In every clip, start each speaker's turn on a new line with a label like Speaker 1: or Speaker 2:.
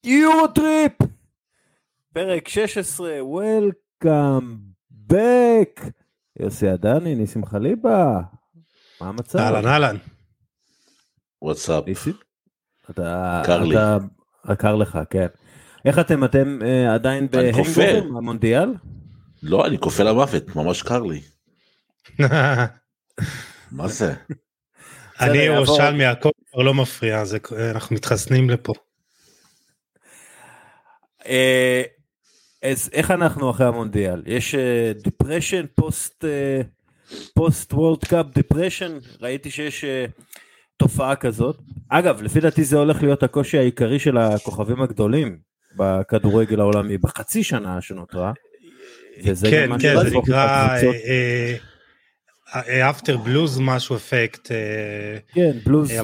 Speaker 1: יורוטריפ, פרק 16, Welcome back. יוסי עדני, ניסים חליבה, מה המצב?
Speaker 2: אהלן.
Speaker 3: וואטסאפ.
Speaker 1: ניסים?
Speaker 3: קר לי.
Speaker 1: קר לך, כן. איך אתם עדיין בהנגובר מהמונדיאל?
Speaker 3: לא, אני כופה למוות, ממש קר לי. מה זה?
Speaker 2: אני ירושלמי, הכל כבר לא מפריע, אנחנו מתחסנים לפה.
Speaker 1: אז איך אנחנו אחרי המונדיאל? יש דיפרשן, פוסט וורלד קאפ דיפרשן, ראיתי שיש תופעה כזאת. אגב, לפי דעתי זה הולך להיות הקושי העיקרי של הכוכבים הגדולים בכדורגל העולמי בחצי שנה שנותרה.
Speaker 2: כן, זה נקרא אפטר בלוז משהו אפקט.
Speaker 1: כן, בלוז.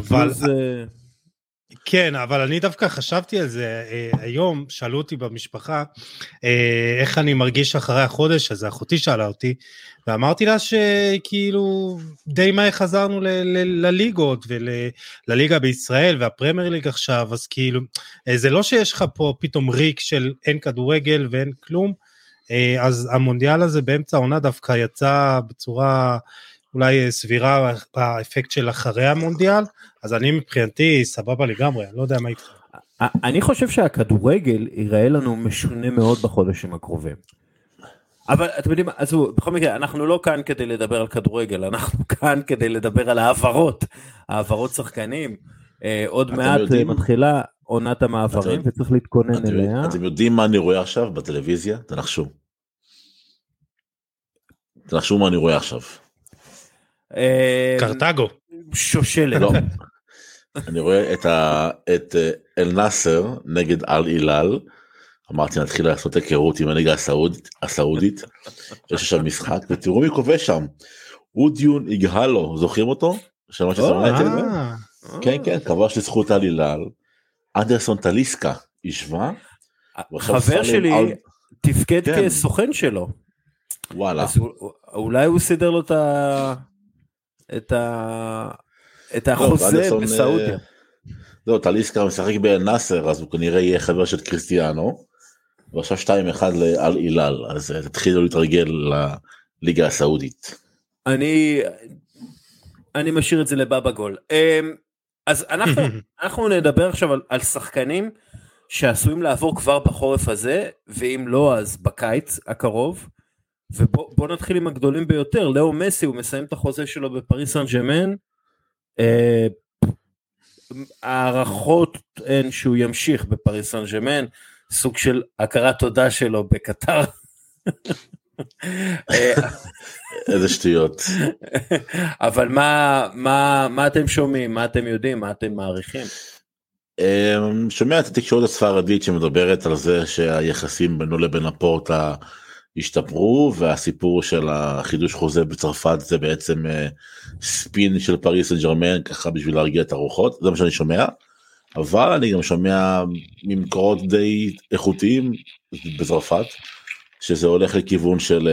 Speaker 2: כן, אבל אני דווקא חשבתי על זה, היום שאלו אותי במשפחה, איך אני מרגיש אחרי החודש הזה, אחותי שאלה אותי, ואמרתי לה שכאילו די מהר חזרנו לליגות, ולליגה בישראל, והפרמייר ליג עכשיו, אז כאילו, זה לא שיש לך פה פתאום ריק של אין כדורגל ואין כלום, אז המונדיאל הזה באמצע העונה דווקא יצא בצורה אולי סבירה באפקט של אחרי המונדיאל, אז אני מבחינתי סבבה לגמרי, אני לא יודע מה איתך.
Speaker 1: אני חושב שהכדורגל ייראה לנו משונה מאוד בחודשים הקרובים. אבל אתם יודעים, אז בכל מקרה, אנחנו לא כאן כדי לדבר על כדורגל, אנחנו כאן כדי לדבר על העברות שחקנים. עוד מעט מתחילה עונת המעברים וצריך להתכונן אליה.
Speaker 3: אתם יודעים מה אני רואה עכשיו בטלוויזיה? תנחשו מה אני רואה עכשיו.
Speaker 2: קרטגו.
Speaker 1: שושלת.
Speaker 3: לא. אני רואה את אל נאסר נגד אל הילל. אמרתי נתחיל לעשות היכרות עם הליגה הסעודית. יש שם משחק ותראו מי כובש שם. אודיון איגהלו, זוכרים אותו? כן, כבש לזכות אל הילל. אנדרסון טליסקה ישבה.
Speaker 1: חבר שלי תפקד כסוכן שלו.
Speaker 3: וואלה.
Speaker 1: אולי הוא סידר לו את החוזה בסעודיה.
Speaker 3: לא, טליסקה משחק באל נאסר, אז הוא כנראה יהיה חבר של קריסטיאנו, ועכשיו 2-1 לאל הילל, אז תתחילו להתרגל לליגה הסעודית.
Speaker 1: אני משאיר את זה לבבא גול. אז אנחנו נדבר עכשיו על שחקנים שעשויים לעבור כבר בחורף הזה, ואם לא אז בקיץ הקרוב, ובוא נתחיל עם הגדולים ביותר. לאו מסי, הוא מסיים את החוזה שלו בפריס סן ז'רמן, הערכות הן שהוא ימשיך בפריס סן ז'רמן, סוג של הכרת תודה שלו בקטר.
Speaker 3: איזה שטויות.
Speaker 1: אבל מה אתם שומעים, מה אתם יודעים, מה אתם מעריכים?
Speaker 3: שומע את התקשורת הספרדית שמדברת על זה שהיחסים בינו לבין הפורטה השתפרו, והסיפור של החידוש חוזה בצרפת זה בעצם ספין של פריס סן ז'רמן, ככה בשביל להרגיע את הרוחות, זה מה שאני שומע. אבל אני גם שומע ממקורות די איכותיים בצרפת, שזה הולך לכיוון של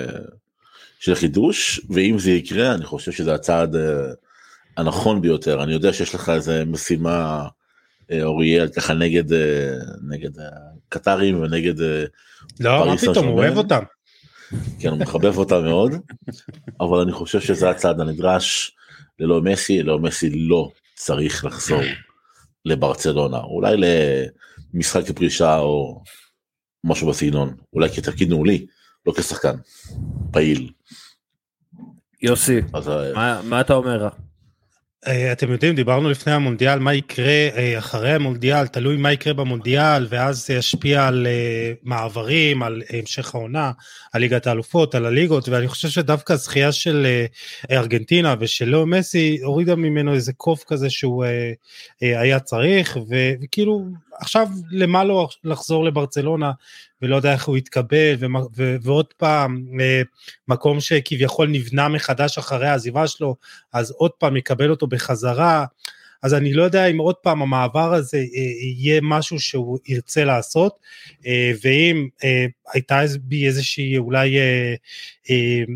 Speaker 3: חידוש, ואם זה יקרה אני חושב שזה הצעד הנכון ביותר. אני יודע שיש לך איזה משימה אוריאל ככה נגד קטרים ונגד
Speaker 2: לא, מה פתאום, הוא אוהב אותם.
Speaker 3: כן, הוא מחבב אותם מאוד, אבל אני חושב שזה הצעד הנדרש ללא מסי. לא מסי לא צריך לחזור לברצלונה, אולי למשחק הפרישה או משהו בסגנון, אולי כתפקיד נעולי, לא כשחקן פעיל.
Speaker 1: יוסי, מה אתה אומר?
Speaker 2: אתם יודעים, דיברנו לפני המונדיאל, מה יקרה אחרי המונדיאל, תלוי מה יקרה במונדיאל, ואז זה ישפיע על מעברים, על המשך העונה, על ליגת האלופות, על הליגות, ואני חושב שדווקא הזכייה של ארגנטינה ושל לאו מסי, הורידה ממנו איזה קוף כזה שהוא היה צריך, וכאילו עכשיו למה לא לחזור לברצלונה, ולא יודע איך הוא יתקבל, ועוד פעם, מקום שכביכול נבנה מחדש אחרי העזיבה שלו, אז עוד פעם יקבל אותו בחזרה, אז אני לא יודע אם עוד פעם המעבר הזה יהיה משהו שהוא ירצה לעשות, ואם הייתה בי איזושהי אולי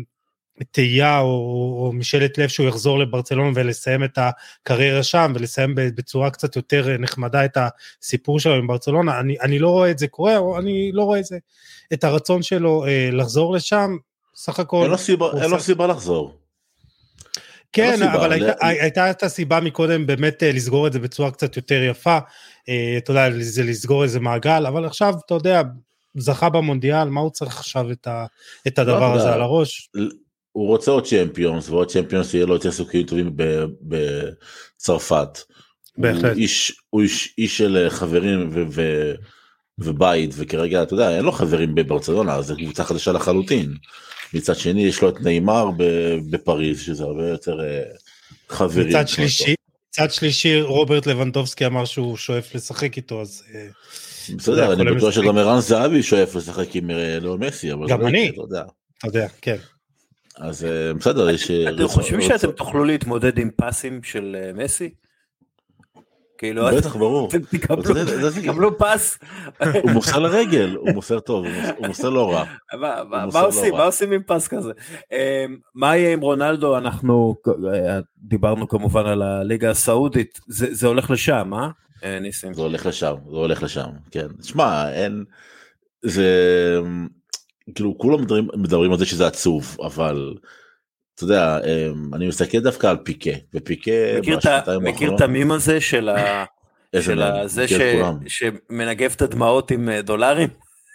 Speaker 2: תהייה או משאלת לב שהוא יחזור לברצלונה ולסיים את הקריירה שם, ולסיים בצורה קצת יותר נחמדה את הסיפור שלו עם ברצלונה, אני לא רואה את זה קורה, או אני לא רואה את הרצון שלו לחזור לשם, סך הכל.
Speaker 3: אין לו סיבה לחזור.
Speaker 2: כן, אבל הייתה את הסיבה מקודם באמת לסגור את זה בצורה קצת יותר יפה, אתה יודע, זה לסגור איזה מעגל, אבל עכשיו, אתה יודע, זכה במונדיאל, מה הוא צריך עכשיו את הדבר הזה על הראש?
Speaker 3: הוא רוצה עוד צ'מפיונס, ועוד צ'מפיונס יהיה לו יותר סיכויים טובים בצרפת.
Speaker 2: בהחלט.
Speaker 3: הוא איש של חברים ובית, וכרגע, אתה יודע, אין לו חברים בברצלונה, זה קבוצה חדשה לחלוטין. מצד שני, יש לו את ניימר בפריז, שזה הרבה יותר חברים.
Speaker 2: מצד שלישי, רוברט לבנדובסקי אמר שהוא שואף לשחק איתו, אז...
Speaker 3: בסדר, אני בטוח שגם ערן זהבי שואף לשחק עם לאו מסי,
Speaker 2: גם אני, אתה יודע, כן.
Speaker 3: אז בסדר, יש...
Speaker 1: אתם חושבים שאתם תוכלו להתמודד עם פסים של מסי? כאילו,
Speaker 3: בטח, ברור.
Speaker 1: תקבלו פס.
Speaker 3: הוא מוסר לרגל, הוא מוסר טוב, הוא מוסר לא רע.
Speaker 1: מה עושים עם פס כזה? מה יהיה עם רונלדו? אנחנו דיברנו כמובן על הליגה הסעודית, זה הולך לשם, ניסים?
Speaker 3: זה הולך לשם, כן. תשמע, זה... כאילו כולם מדברים על זה שזה עצוב, אבל אתה יודע, אני מסתכל דווקא על פיקה, ופיקה
Speaker 1: מכיר את המים הזה של זה שמנגב את הדמעות עם דולרים?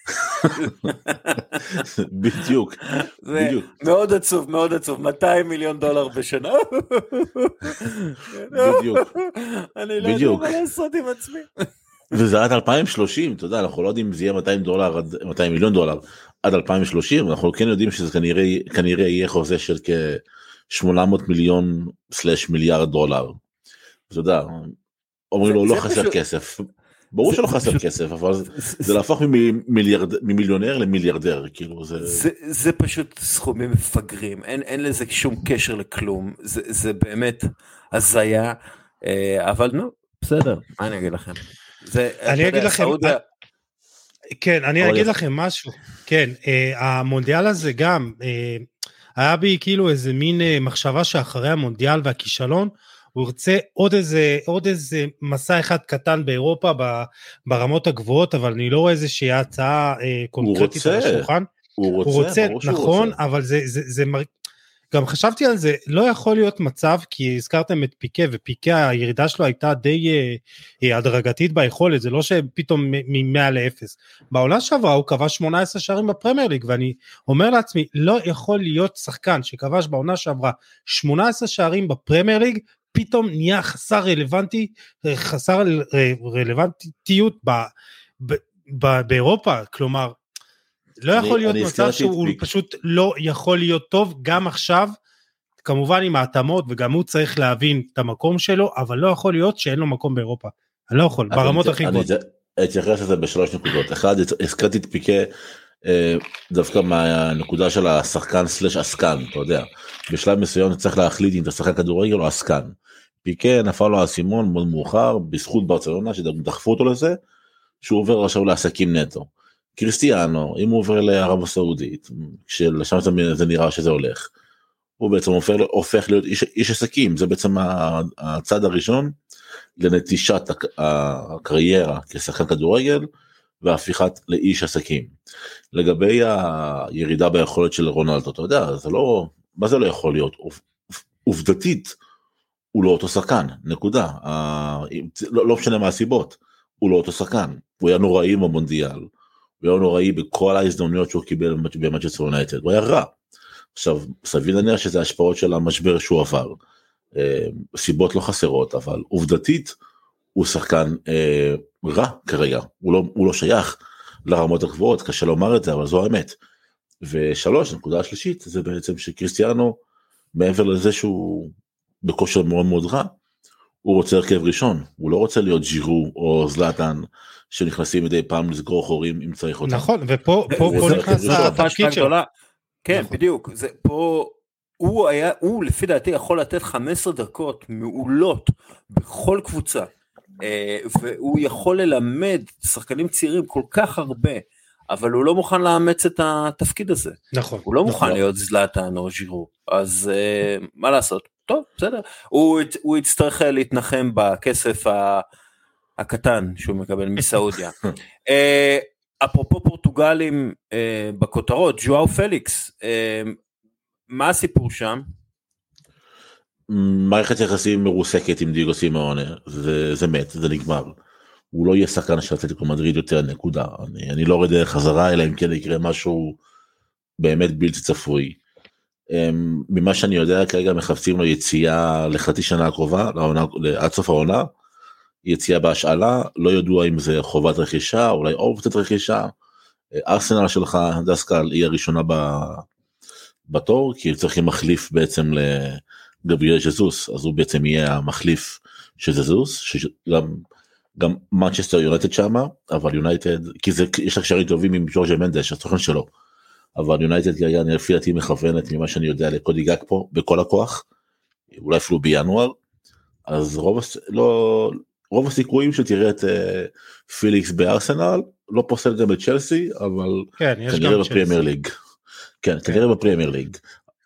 Speaker 3: בדיוק.
Speaker 1: זה מאוד עצוב, מאוד עצוב, $200 מיליון בשנה.
Speaker 3: בדיוק.
Speaker 1: אני לא יודע מה לעשות עם עצמי.
Speaker 3: וזה עד 2030, אתה יודע, אנחנו לא יודעים אם זה יהיה $200 מיליון עד 2030, אנחנו כן יודעים שזה כנראה יהיה חוזה של כ$800 מיליון / מיליארד. אתה יודע, אומרים לו לא חסר כסף, ברור שלא חסר כסף, אבל זה להפוך ממיליונר למיליארדר, כאילו
Speaker 1: זה פשוט סכומים מפגרים, אין לזה שום קשר לכלום, זה באמת הזיה, אבל נו, בסדר, מה אני אגיד לכם?
Speaker 2: אני אגיד לכם, כן, אני אגיד לכם משהו, כן, המונדיאל הזה גם, היה בי כאילו איזה מין מחשבה שאחרי המונדיאל והכישלון, הוא ירצה עוד איזה מסע אחד קטן באירופה, ברמות הגבוהות, אבל אני לא רואה איזושהי הצעה קונקרטית על השולחן.
Speaker 3: הוא רוצה,
Speaker 2: נכון, אבל זה גם חשבתי על זה, לא יכול להיות מצב, כי הזכרתם את פיקה, ופיקה הירידה שלו הייתה די הדרגתית ביכולת, זה לא שפתאום מ-100 ל-0. בעונה שעברה הוא כבש 18 שערים בפרמייר ליג, ואני אומר לעצמי, לא יכול להיות שחקן שכבש בעונה שעברה 18 שערים בפרמייר ליג, פתאום נהיה חסר רלוונטיות באירופה, כלומר, לא יכול להיות מצב שהוא פשוט לא יכול להיות טוב, גם עכשיו, כמובן עם ההתאמות, וגם הוא צריך להבין את המקום שלו, אבל לא יכול להיות שאין לו מקום באירופה. אני לא יכול, ברמות הכי גבוהות.
Speaker 3: אני אתייחס לזה בשלוש נקודות. אחד, הזכרתי את פיקה, דווקא מהנקודה של השחקן / עסקן, אתה יודע. בשלב מסוים אתה צריך להחליט אם אתה שחקן כדורגל או עסקן. פיקה נפל לו האסימון מאוד מאוחר, בזכות ברצלונה, שדחפו אותו לזה, שהוא עובר עכשיו לעסקים נטו. קריסטיאנו, אם הוא עובר לערב הסעודית, שלשם זה נראה שזה הולך, הוא בעצם הופך להיות איש עסקים, זה בעצם הצד הראשון לנטישת הקריירה כשחקן כדורגל, והפיכת לאיש עסקים. לגבי הירידה ביכולת של רונלדו, אתה יודע, זה לא, מה זה לא יכול להיות? עובדתית, הוא לא אותו שחקן, נקודה. לא משנה מה הסיבות, הוא לא אותו שחקן, הוא היה נוראי במונדיאל, הוא היה נוראי בכל ההזדמנויות שהוא קיבל במנצ'סטר יונייטד, הוא היה רע. עכשיו, סביר להניח שזה השפעות של המשבר שהוא עבר, סיבות לא חסרות, אבל עובדתית, הוא שחקן רע כרגע, הוא לא שייך לרמות הגבוהות, קשה לומר את זה, אבל זו האמת. ושלוש, נקודה השלישית, זה בעצם שקריסטיאנו, מעבר לזה שהוא בכושר מאוד מאוד רע, הוא רוצה הרכב ראשון, הוא לא רוצה להיות ג'ירו או זלאטן, שנכנסים מדי פעם לסגור חורים אם צריך אותם.
Speaker 2: נכון, ופה נכנס התפקיד שלו.
Speaker 1: כן, בדיוק, פה הוא לפי דעתי יכול לתת 15 דקות מעולות בכל קבוצה, והוא יכול ללמד שחקנים צעירים כל כך הרבה אבל הוא לא מוכן לאמץ את התפקיד הזה.
Speaker 2: נכון.
Speaker 1: הוא לא מוכן להיות זלאטן או ז'ירו, אז מה לעשות? טוב, בסדר. הוא יצטרך להתנחם בכסף הקטן שהוא מקבל מסעודיה. אפרופו פורטוגלים בכותרות, ז'ואאו פליקס, מה הסיפור שם?
Speaker 3: מערכת יחסים מרוסקת עם דיגו סימאונה, זה מת, זה נגמר. הוא לא יהיה שחקן של אתלטיקו מדריד יותר, נקודה. אני לא רואה דרך חזרה, אלא אם כן יקרה משהו באמת בלתי צפוי. ממה שאני יודע, כרגע מחפשים לו יציאה לחצי שנה הקרובה, עד סוף העונה, יציאה בהשאלה, לא ידוע אם זה חובת רכישה, אולי אופציית רכישה. ארסנל שלך, דסקל, היא הראשונה בתור, כי צריכים מחליף בעצם לגבריאל ז'זוס, אז הוא בעצם יהיה המחליף של ז'זוס, גם מנצ'סטר יונייטד שמה, אבל יונייטד, כי יש לה קשרים טובים עם ג'ורג'ה מנדש, הסוכן שלו, אבל יונייטד כרגע לפי דעתי מכוונת ממה שאני יודע לקודי גאק פה, בכל הכוח, אולי אפילו בינואר, אז רוב הסיכויים שתראה את פיליקס בארסנל, לא פוסל גם בצ'לסי, אבל כנראה בפרמייר ליג. כן, כנראה בפרמייר ליג.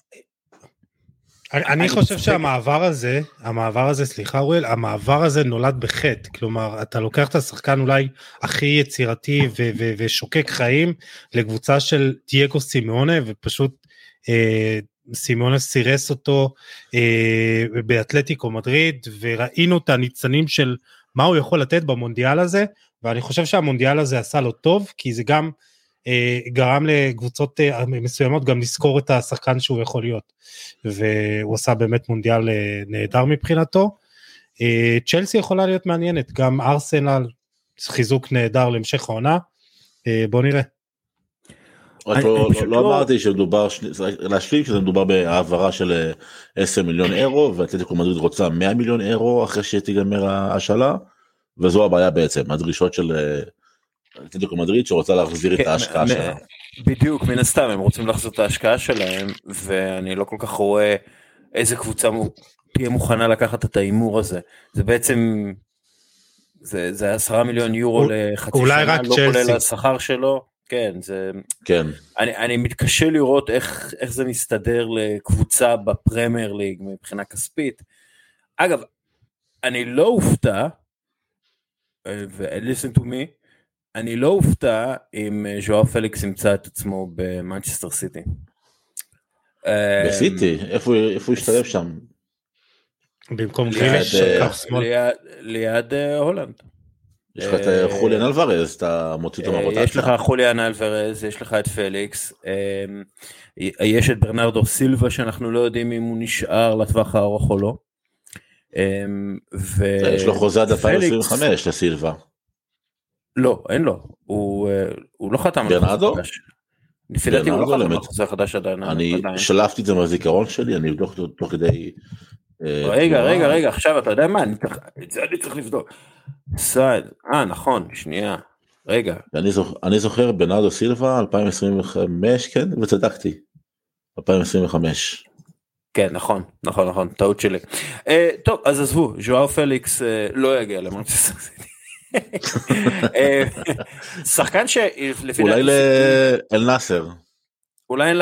Speaker 2: אני חושב שהמעבר הזה, סליחה אוריאל, המעבר הזה נולד בחטא, כלומר, אתה לוקח את השחקן אולי הכי יצירתי ושוקק חיים, לקבוצה של דייגו סימאונה, ופשוט סימאונה סירס אותו באתלטיקו מדריד, וראינו את הניצנים של מה הוא יכול לתת במונדיאל הזה, ואני חושב שהמונדיאל הזה עשה לו טוב, כי זה גם גרם לקבוצות מסוימות גם לזכור את השחקן שהוא יכול להיות, והוא עשה באמת מונדיאל נהדר מבחינתו. צ'לסי יכולה להיות מעניינת, גם ארסנל חיזוק נהדר להמשך העונה, בוא נראה.
Speaker 3: לא אמרתי שמדובר, להשלים שזה מדובר בהעברה של 10 מיליון אירו, ואתלטיקו מדריד רוצה 100 מיליון אירו אחרי שתיגמר ההשאלה, וזו הבעיה בעצם, הדרישות של אתלטיקו מדריד שרוצה להחזיר את ההשקעה שלה.
Speaker 1: בדיוק, מן הסתם, הם רוצים להחזיר את ההשקעה שלהם, ואני לא כל כך רואה איזה קבוצה תהיה מוכנה לקחת את האימור הזה. זה בעצם, זה 10 מיליון יורו לחצי שנה, לא כולל השכר שלו. כן, זה...
Speaker 3: כן.
Speaker 1: אני מתקשה לראות איך זה מסתדר לקבוצה בפרמייר ליג מבחינה כספית. אגב, אני לא אופתע, ו-listen to me, אני לא אופתע אם ז'ואאו פליקס ימצא את עצמו במנצ'סטר סיטי.
Speaker 3: בסיטי? איפה הוא ישתלב שם?
Speaker 2: במקום
Speaker 1: ליד הולנד.
Speaker 3: יש לך את חוליאן אלוורז, אתה מוציא את המרוטציה.
Speaker 1: יש לך חוליאן אלוורז, יש לך את פליקס, יש את ברנרדו סילבה שאנחנו לא יודעים אם הוא נשאר לטווח הארוך או לא.
Speaker 3: יש לו חוזה עד 2025 לסילבה.
Speaker 1: לא, אין לו, הוא לא חתם
Speaker 3: על ברנרדו?
Speaker 1: לפי דעתי הוא לא חתם על חוזה חדש עדיין.
Speaker 3: אני שלפתי את זה מהזיכרון שלי, אני אבדוק תוך כדי...
Speaker 1: רגע, עכשיו אתה יודע מה, אני צריך לבדוק. נכון, שנייה, רגע.
Speaker 3: אני זוכר ברנרדו סילבה 2025, כן, וצדקתי. 2025.
Speaker 1: כן, נכון, טעות שלי. טוב, אז עזבו, ז'ואאו פליקס לא יגיע למנצ'סטר סיטי. שחקן שלפי
Speaker 3: אולי לאל נאסר.
Speaker 1: אולי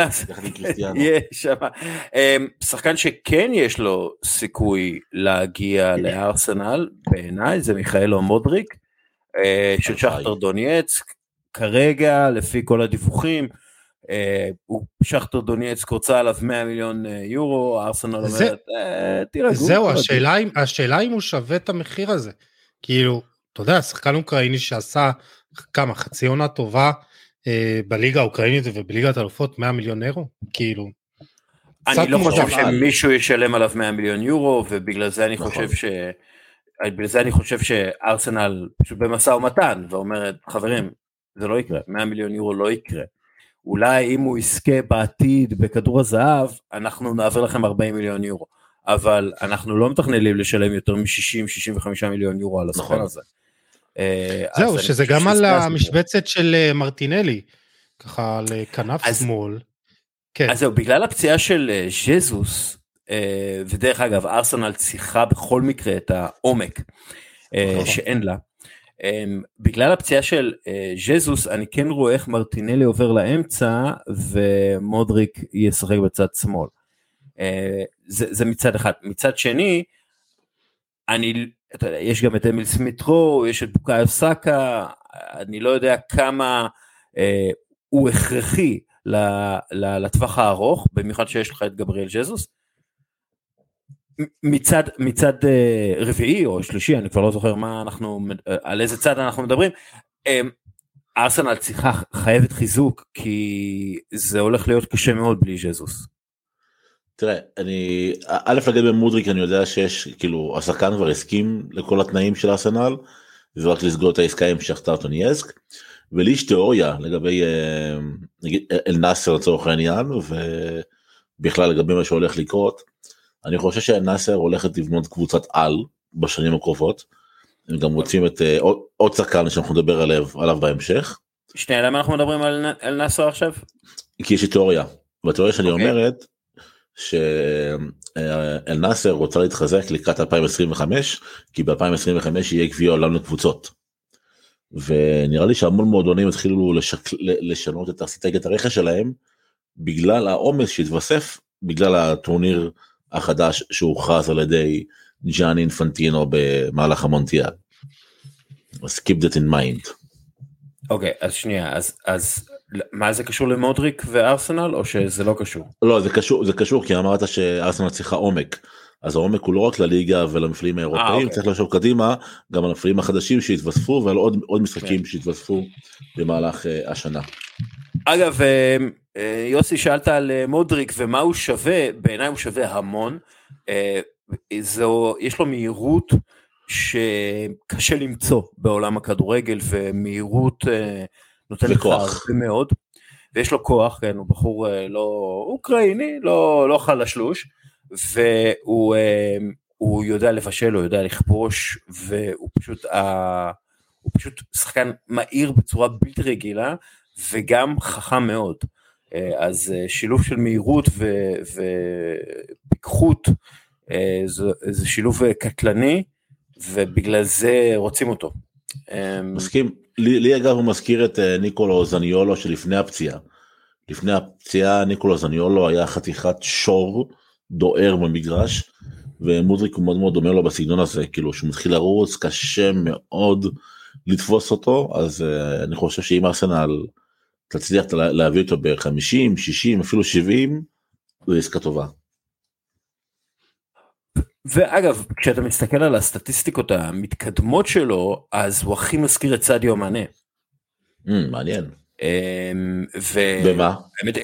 Speaker 1: שחקן שכן יש לו סיכוי להגיע לארסנל, בעיניי זה מיכאלו מודריק, של שכטר דונייצק, כרגע לפי כל הדיווחים, שכטר דונייצק רוצה עליו 100 מיליון יורו, ארסנל אומרת, תירגעו.
Speaker 2: זהו, השאלה אם הוא שווה את המחיר הזה, כאילו, אתה יודע, שחקן אוקראיני שעשה כמה, חצי עונה טובה, בליגה האוקראינית ובליגת האלופות 100 מיליון אירו, כאילו.
Speaker 1: אני לא חושב שמישהו ישלם עליו 100 מיליון יורו, ובגלל זה אני חושב שארסנל פשוט במשא ומתן, ואומרת, חברים, זה לא יקרה, 100 מיליון יורו לא יקרה. אולי אם הוא יזכה בעתיד בכדור הזהב, אנחנו נעביר לכם 40 מיליון יורו, אבל אנחנו לא מתכננים לשלם יותר מ-60-65 מיליון יורו על השחקן הזה.
Speaker 2: זהו, שזה גם על המשבצת של מרטינלי, ככה לכנף שמאל.
Speaker 1: אז זהו, בגלל הפציעה של ז'זוס, ודרך אגב, ארסנל צריכה בכל מקרה את העומק שאין לה, בגלל הפציעה של ז'זוס, אני כן רואה איך מרטינלי עובר לאמצע, ומודריק ישחק בצד שמאל. זה מצד אחד. מצד שני, יש גם את אמיל סמית-רו, יש את בוקאיו סאקה, אני לא יודע כמה הוא הכרחי לטווח הארוך, במיוחד שיש לך את גבריאל ז'זוס. מצד רביעי או שלישי, אני כבר לא זוכר על איזה צד אנחנו מדברים, ארסנל חייבת חיזוק, כי זה הולך להיות קשה מאוד בלי ז'זוס.
Speaker 3: תראה, א' לגבי מודריק אני יודע שיש, כאילו, השחקן כבר הסכים לכל התנאים של ארסנל, זה רק לסגור את העסקה עם שכתר טונייסק, ולי יש תיאוריה לגבי נגיד אל נאסר לצורך העניין, ובכלל לגבי מה שהולך לקרות. אני חושב שאל נאסר הולכת לבנות קבוצת על בשנים הקרובות, הם גם רוצים את עוד שחקן שאנחנו נדבר עליו בהמשך.
Speaker 1: שנייה, למה אנחנו מדברים על אל נאסר עכשיו?
Speaker 3: כי יש לי תיאוריה, והתיאוריה שלי אומרת, שאל נאסר רוצה להתחזק לקראת 2025, כי ב-2025 יהיה גביע עולם לקבוצות. ונראה לי שהמון מועדונים התחילו לשנות את אסטרטגיית הרכש שלהם, בגלל העומס שהתווסף, בגלל הטורניר החדש שהוכרז על ידי ג'אני אינפנטינו במהלך המונדיאל. אז keep that in mind.
Speaker 1: אוקיי, אז שנייה, אז מה זה קשור למודריק וארסנל, או שזה לא קשור?
Speaker 3: לא, זה קשור, כי אמרת שארסנל צריכה עומק, אז העומק הוא לא רק לליגה ולמפעלים האירופאים, צריך לחשוב קדימה, גם על המפעלים החדשים שהתווספו, ועל עוד משחקים שהתווספו במהלך השנה.
Speaker 1: אגב, יוסי, שאלת על מודריק ומה הוא שווה, בעיניי הוא שווה המון, יש לו מהירות שקשה למצוא בעולם הכדורגל, ומהירות נותן לך הרבה מאוד, ויש לו כוח, כן, הוא בחור לא אוקראיני, לא חלשלוש, והוא יודע לבשל, הוא יודע לכבוש, והוא פשוט שחקן מהיר בצורה בלתי רגילה, וגם חכם מאוד. אז שילוב של מהירות ופיקחות, זה שילוב קטלני, ובגלל זה רוצים אותו.
Speaker 3: מסכים, לי אגב הוא מזכיר את ניקולו זניולו שלפני הפציעה. לפני הפציעה ניקולו זניולו היה חתיכת שור דואר במגרש, ומודריק הוא מאוד מאוד דומה לו בסגנון הזה, כאילו שהוא מתחיל לרוץ, קשה מאוד לתפוס אותו, אז אני חושב שאם ארסנל תצליח להביא אותו ב-50, 60, אפילו 70, זו עסקה טובה.
Speaker 1: ואגב, כשאתה מסתכל על הסטטיסטיקות המתקדמות שלו, אז הוא הכי מזכיר את סדיו מאנה.
Speaker 3: מעניין. במה?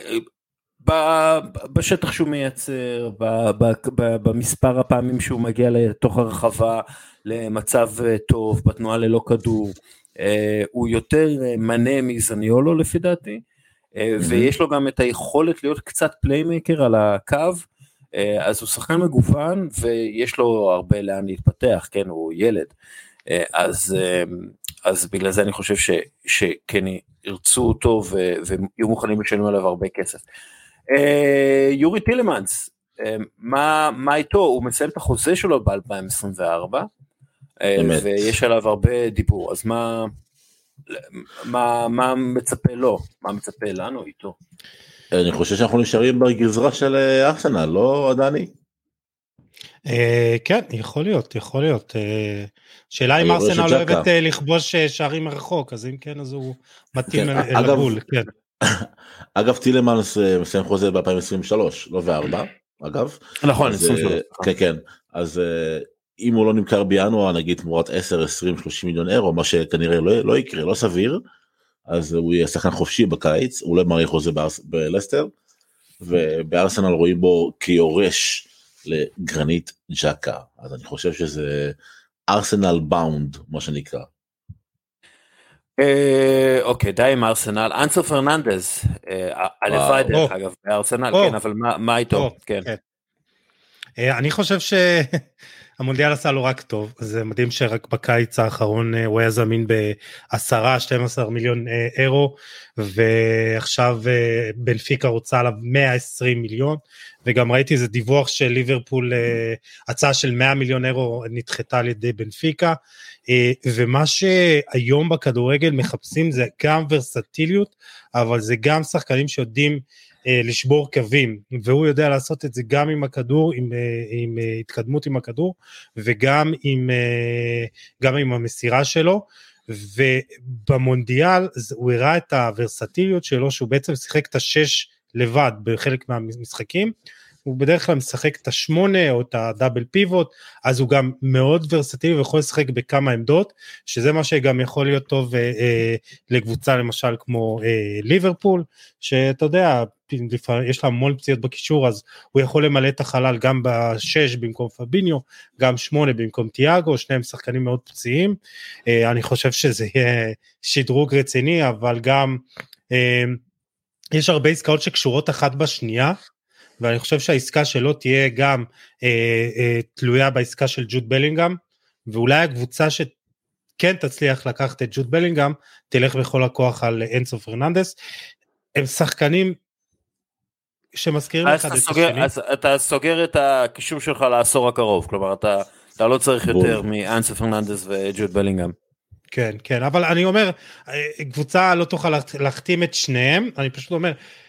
Speaker 1: בשטח שהוא מייצר, במספר הפעמים שהוא מגיע לתוך הרחבה, למצב טוב, בתנועה ללא כדור, הוא יותר מנה מזניולו לפי דעתי, ויש לו גם את היכולת להיות קצת פליימקר על הקו, אז הוא שחקן מגוון, ויש לו הרבה לאן להתפתח, כן, הוא ילד, אז בגלל זה אני חושב שכן ירצו אותו, ויהיו מוכנים לשלם עליו הרבה כסף. יורי טילמנס, מה איתו? הוא מסיים את החוזה שלו ב-2024, ויש עליו הרבה דיבור, אז מה מצפה לו? מה מצפה לנו איתו?
Speaker 3: אני חושב שאנחנו נשארים בגזרה של ארסנל, לא עדני?
Speaker 2: כן, יכול להיות. שאלה אם ארסנל לא אוהבת לכבוש שערים מרחוק, אז אם כן, אז הוא מתאים לגבול, כן.
Speaker 3: אגב, טילמנס מסיים חוזה ב-2023, לא ב-4, אגב.
Speaker 1: נכון, 23.
Speaker 3: כן, אז אם הוא לא נמכר בינואר, נגיד תמורת 10, 20, 30 מיליון אירו, מה שכנראה לא יקרה, לא סביר, אז הוא יהיה שחקן חופשי בקיץ, הוא לא מעריך חוזה בלסטר, ובארסנל רואים בו כיורש לגרנית ג'קה, אז אני חושב שזה ארסנל באונד, מה שנקרא.
Speaker 1: אוקיי, די עם ארסנל. אנסו פרננדז, הלוואי דרך אגב, בארסנל, כן, אבל מה איתו?
Speaker 2: אני חושב המונדיאל עשה לו רק טוב, זה מדהים שרק בקיץ האחרון הוא היה זמין ב10-12 מיליון אירו, ועכשיו בנפיקה רוצה עליו 120 מיליון, וגם ראיתי איזה דיווח של ליברפול, הצעה של 100 מיליון אירו נדחתה על ידי בנפיקה, ומה שהיום בכדורגל מחפשים זה גם ורסטיליות, אבל זה גם שחקנים שיודעים לשבור קווים, והוא יודע לעשות את זה גם עם הכדור, עם התקדמות עם הכדור, וגם עם המסירה שלו, ובמונדיאל הוא הראה את הוורסטיליות שלו, שהוא בעצם שיחק את 6 לבד בחלק מהמשחקים, הוא בדרך כלל משחק את 8 או את הדאבל פיבוט, אז הוא גם מאוד ורסטילי ויכול לשחק בכמה עמדות, שזה מה שגם יכול להיות טוב לקבוצה למשל כמו ליברפול, שאתה יודע, יש לה המון פציעות בקישור, אז הוא יכול למלא את החלל גם ב6 במקום פביניו, גם 8 במקום תיאגו, שניהם שחקנים מאוד פציעים, אני חושב שזה יהיה שדרוג רציני, אבל גם יש הרבה עסקאות שקשורות אחת בשנייה, ואני חושב שהעסקה שלו תהיה גם תלויה בעסקה של ג'וד בלינגהם, ואולי הקבוצה שכן תצליח לקחת את ג'וד בלינגהם, תלך בכל הכוח על אנסו פרננדס, הם שחקנים שמזכירים אחד את השני.
Speaker 1: אז אתה סוגר את הקישור שלך לעשור הקרוב, כלומר אתה לא צריך יותר מאנסו פרננדס וג'וד בלינגהם.
Speaker 2: כן, כן, אבל אני אומר, קבוצה לא תוכל להחתים את שניהם, אני פשוט אומר,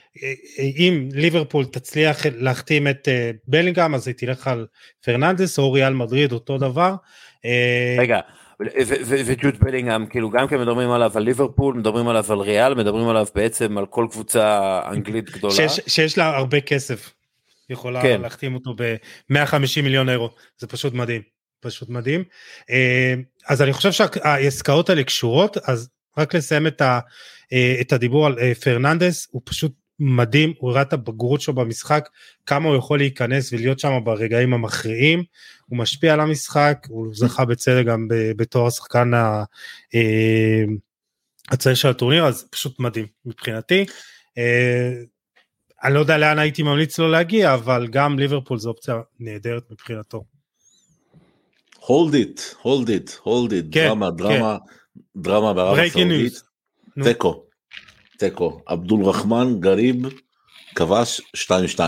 Speaker 2: אם ליברפול תצליח להחתים את בלינגהם, אז היא תלך על פרננדס, או ריאל מדריד, אותו דבר.
Speaker 1: רגע, וג'וד בלינגהם, כאילו גם כן מדברים עליו על ליברפול, מדברים עליו על ריאל, מדברים עליו בעצם על כל קבוצה אנגלית גדולה. שיש
Speaker 2: לה הרבה כסף, יכולה להחתים אותו ב-150 מיליון אירו, זה פשוט מדהים, פשוט מדהים. אז אני חושב שהעסקאות האלה קשורות, אז רק לסיים את הדיבור על פרננדס, הוא פשוט מדהים, הוא הראה את הבגרות שלו במשחק, כמה הוא יכול להיכנס ולהיות שם ברגעים המכריעים, הוא משפיע על המשחק, הוא זכה בצדק גם בתור השחקן הצעיר של הטורניר, אז פשוט מדהים מבחינתי. אני לא יודע לאן הייתי ממליץ לו להגיע, אבל גם ליברפול זו אופציה נהדרת מבחינתו.
Speaker 3: hold it, דרמה בערב הסעודית, תיקו, אבדול רחמן גריב כבש 2-2.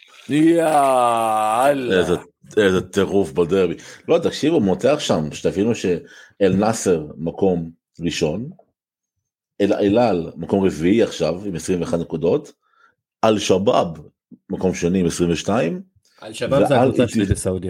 Speaker 1: יאללה.
Speaker 3: איזה טירוף בדרבי. לא, תקשיבו, מותח שם, שתבינו שאל נאסר מקום ראשון, אל מקום רביעי עכשיו עם 21 נקודות, אל שבאב מקום שני עם 22.
Speaker 1: אל שבאב זה הקבוצה שלי בסעודיה.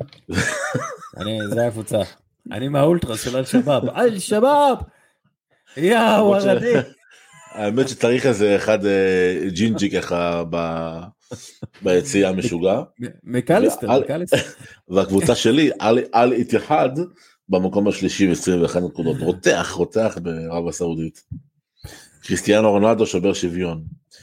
Speaker 1: זה הקבוצה. אני מהאולטרס של אל שבאב. אל שבאב! יאו, הרדי.
Speaker 3: האמת שצריך איזה אחד ג'ינג'י ככה ביציאה משוגע.
Speaker 1: מקליסטר.
Speaker 3: והקבוצה שלי, אל איתיחד, במקום השלישי 21 נקודות. רותח בערב הסעודית. קריסטיאנו רונלדו שובר שוויון.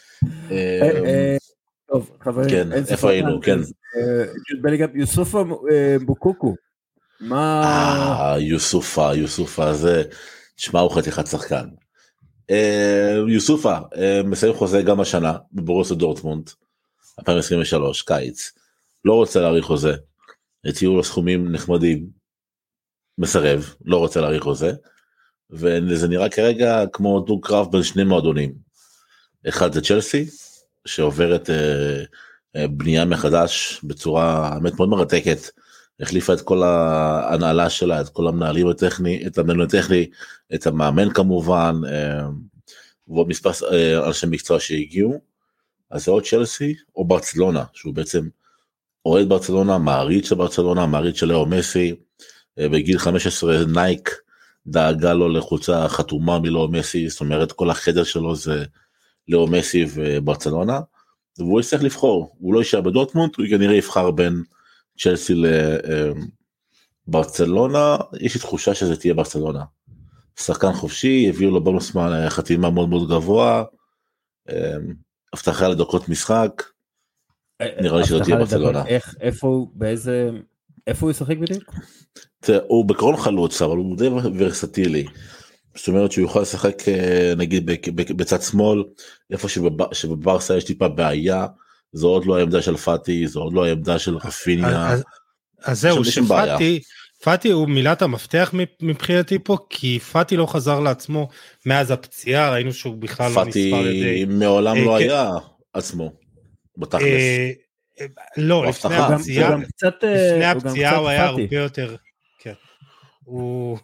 Speaker 1: טוב, חברים.
Speaker 3: איפה היינו? כן.
Speaker 1: יוסופה בוקוקו. מה...
Speaker 3: יוסופה זה, תשמע הוא חתיכת שחקן. יוסופה מסיים חוזה גם השנה בבורוסיה דורטמונד 2023 קיץ, לא רוצה להאריך חוזה, הציעו לו סכומים נחמדים, מסרב, לא רוצה להאריך חוזה, וזה נראה כרגע כמו דו קרב בין שני מועדונים, אחד זה צ'לסי שעוברת בנייה מחדש בצורה באמת מאוד מרתקת, החליפה את כל ההנהלה שלה, את כל המנהלים הטכני, את המנהל הטכני, את המאמן כמובן, ועוד מספר אנשי מקצוע שהגיעו, אז זה עוד צ'לסי או ברצלונה, שהוא בעצם אוהד ברצלונה, מעריץ של ברצלונה, מעריץ של לאו מסי, בגיל 15 נייק דאגה לו לחולצה חתומה מלאו מסי, זאת אומרת כל החדר שלו זה לאו מסי וברצלונה, והוא יצטרך לבחור, הוא לא יישאר בדורטמונד, הוא כנראה יבחר בין צ'לסי לברצלונה, יש לי תחושה שזה תהיה ברצלונה. שחקן חופשי, הביאו לו בונוס חתימה מאוד מאוד גבוה, הבטחה לדקות משחק, נראה לי שזה תהיה ברצלונה.
Speaker 1: איפה הוא ישחק בדיוק?
Speaker 3: הוא בקרון חלוץ, אבל הוא די ורסטילי. זאת אומרת שהוא יוכל לשחק נגיד בצד שמאל, איפה שבברסה יש טיפה בעיה, זו עוד לא העמדה של פאטי, זו עוד לא העמדה של רפיניה.
Speaker 2: אז זהו, פאטי הוא מילת המפתח מבחינתי פה, כי פאטי לא חזר לעצמו מאז הפציעה, ראינו שהוא בכלל לא נספר על ידי...
Speaker 3: פאטי מעולם לא היה עצמו, בתכלס.
Speaker 2: לא, לפני הפציעה הוא היה הרבה יותר... הוא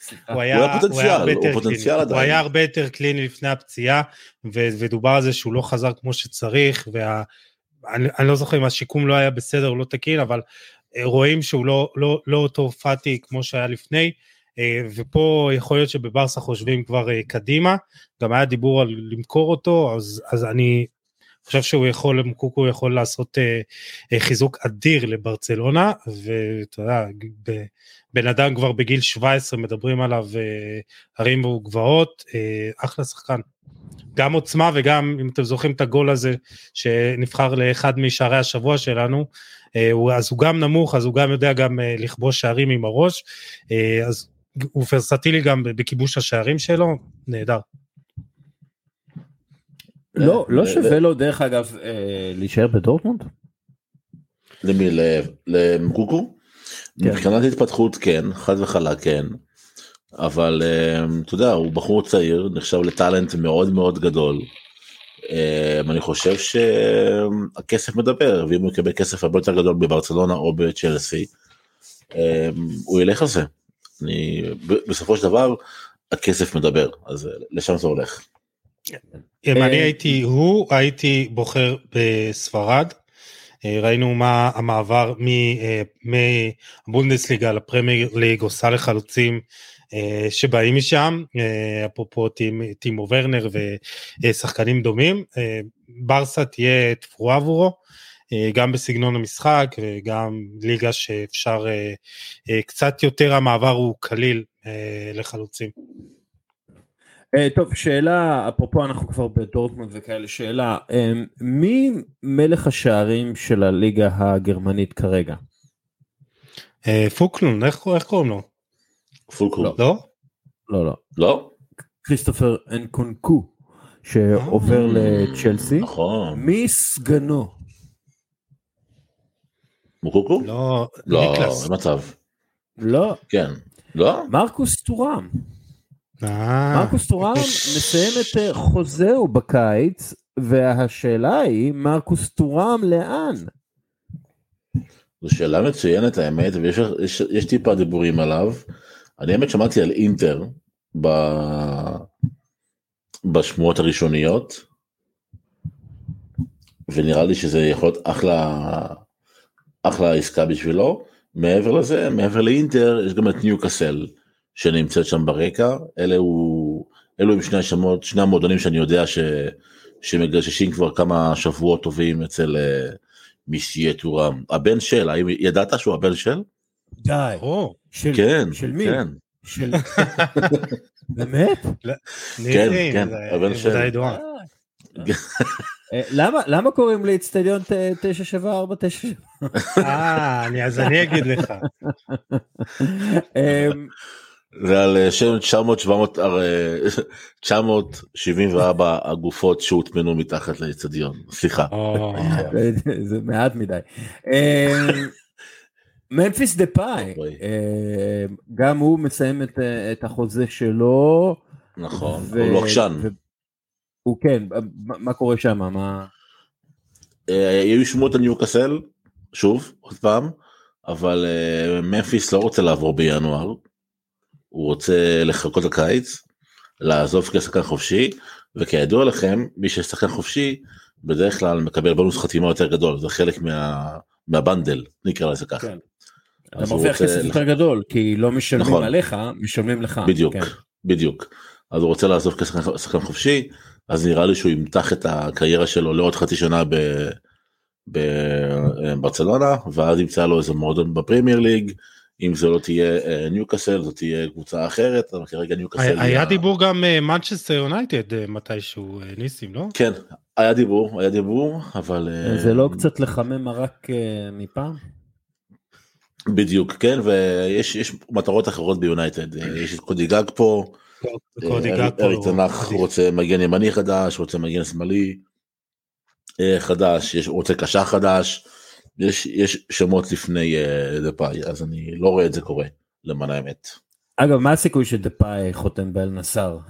Speaker 2: היה הרבה יותר קליני לפני הפציעה, ודובר על זה שהוא לא חזר כמו שצריך, אני לא זוכר אם השיקום לא היה בסדר או לא תקין, אבל רואים שהוא לא אותו פאטי כמו שהיה לפני, ופה יכול להיות שבברסה חושבים כבר קדימה, גם היה דיבור על למכור אותו, אז אני חושב שהוא יכול, מוקוקו יכול לעשות חיזוק אדיר לברצלונה, ואתה יודע, בן אדם כבר בגיל 17 מדברים עליו הרים וגבעות, אחלה שחקן. גם עוצמה וגם, אם אתם זוכרים את הגול הזה, שנבחר לאחד משערי השבוע שלנו, אז הוא גם נמוך, אז הוא גם יודע גם לכבוש שערים עם הראש, אז הוא ורסטילי גם בכיבוש השערים שלו, נהדר.
Speaker 1: לא שווה לו דרך אגב להישאר בדורטמונד?
Speaker 3: למי? למקוקו? מבחינת התפתחות כן, חד וחלק כן, אבל אתה יודע, הוא בחור צעיר, נחשב לטלנט מאוד מאוד גדול, אני חושב שהכסף מדבר, ואם הוא יקבל כסף הרבה יותר גדול בברצלונה או בצ'לסי, הוא ילך על זה. בסופו של דבר, הכסף מדבר, אז לשם זה הולך.
Speaker 2: אם אני הייתי בוחר בספרד, ראינו מה המעבר מהבונדסליגה לפרמייר ליג עושה לחלוצים שבאים משם, אפרופו טימו ורנר ושחקנים דומים, ברסה תהיה תפורה עבורו, גם בסגנון המשחק וגם ליגה שאפשר קצת יותר, המעבר הוא קליל לחלוצים.
Speaker 1: טוב, שאלה, אפרופו אנחנו כבר בדורטמונד וכאלה, שאלה, מי מלך השערים של הליגה הגרמנית כרגע?
Speaker 2: פוקלון, איך קוראים לו?
Speaker 3: פוקלון.
Speaker 2: לא?
Speaker 1: לא.
Speaker 3: לא?
Speaker 1: כריסטופר אנקונקו, שעובר לצ'לסי.
Speaker 3: נכון.
Speaker 1: מי סגנו?
Speaker 3: מוקוקו?
Speaker 2: לא,
Speaker 3: לא, במצב.
Speaker 1: לא.
Speaker 3: כן. לא?
Speaker 1: מרקוס טורם. מרקוס טורם מסיים את חוזהו בקיץ, והשאלה היא, מרקוס טורם לאן?
Speaker 3: זו שאלה מצוינת האמת, ויש טיפה דיבורים עליו. אני האמת שמעתי על אינטר בשמועות הראשוניות, ונראה לי שזה יכול להיות אחלה עסקה בשבילו. מעבר לזה, מעבר לאינטר, יש גם את ניוקאסל, שנמצאת שם ברקע. אלו הם שני המועדונים שאני יודע שמגששים כבר כמה שבועות טובים אצל מיסיה טורם. הבן של, האם ידעת שהוא הבן של?
Speaker 1: די.
Speaker 3: כן.
Speaker 1: של מי?
Speaker 3: כן.
Speaker 1: באמת?
Speaker 3: כן, הבן של.
Speaker 1: למה קוראים לי אצטדיון 974?
Speaker 2: אז אני אגיד לך.
Speaker 3: זה על שם 974 הגופות שהוטמנו מתחת לאצטדיון, סליחה.
Speaker 1: זה מעט מדי. ממפיס דפאי, גם הוא מסיים את החוזה שלו.
Speaker 3: נכון, הוא לא קשן.
Speaker 1: הוא כן, מה קורה שם?
Speaker 3: היו שמות על ניוקאסל, שוב, עוד פעם, אבל ממפיס לא רוצה לעבור בינואר, הוא רוצה לחכות לקיץ, לעזוב כשחקן חופשי, וכידוע לכם, מי ששחקן חופשי, בדרך כלל מקבל בונוס חתימה יותר גדול, זה חלק מהבנדל, נקרא לזה ככה.
Speaker 1: אתה מרוויח כסף יותר גדול, כי לא משלמים עליך, משלמים לך.
Speaker 3: בדיוק. אז הוא רוצה לעזוב כשחקן חופשי, אז נראה לי שהוא ימתח את הקריירה שלו לעוד חצי שנה בברצלונה, ואז ימצא לו איזה מועדון בפרמייר ליג. אם זה לא תהיה ניוקאסל, זו תהיה קבוצה אחרת, אבל כרגע ניוקאסל...
Speaker 2: היה דיבור גם מנצ'סטר יונייטד מתישהו, ניסים, לא?
Speaker 3: כן, היה דיבור, אבל...
Speaker 1: זה לא קצת לחמם מרק מפעם?
Speaker 3: בדיוק, כן, ויש מטרות אחרות ביונייטד, יש את קודיגג פה, אריק תנח רוצה מגן ימני חדש, רוצה מגן שמאלי חדש, רוצה קשר חדש, יש שמות לפני דפאי, אז אני לא רואה את זה קורה, למען האמת.
Speaker 1: אגב, מה הסיכוי שדפאי חותם באל נסר?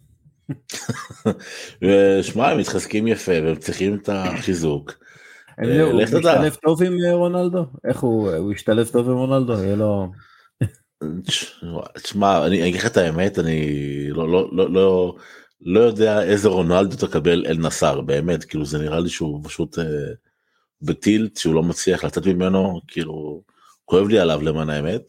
Speaker 3: ושמע, הם מתחזקים יפה, והם צריכים את החיזוק.
Speaker 1: הוא משתלב טוב עם רונלדו? איך הוא ישתלב טוב עם רונלדו? יהיה לו...
Speaker 3: תשמע, אני אגיד לך את האמת, אני לא יודע איזה רונלדו תקבל אל נסר, באמת, כאילו זה נראה לי שהוא פשוט בטילט, שהוא לא מצליח לצאת ממנו, כאילו, כואב לי עליו למען האמת.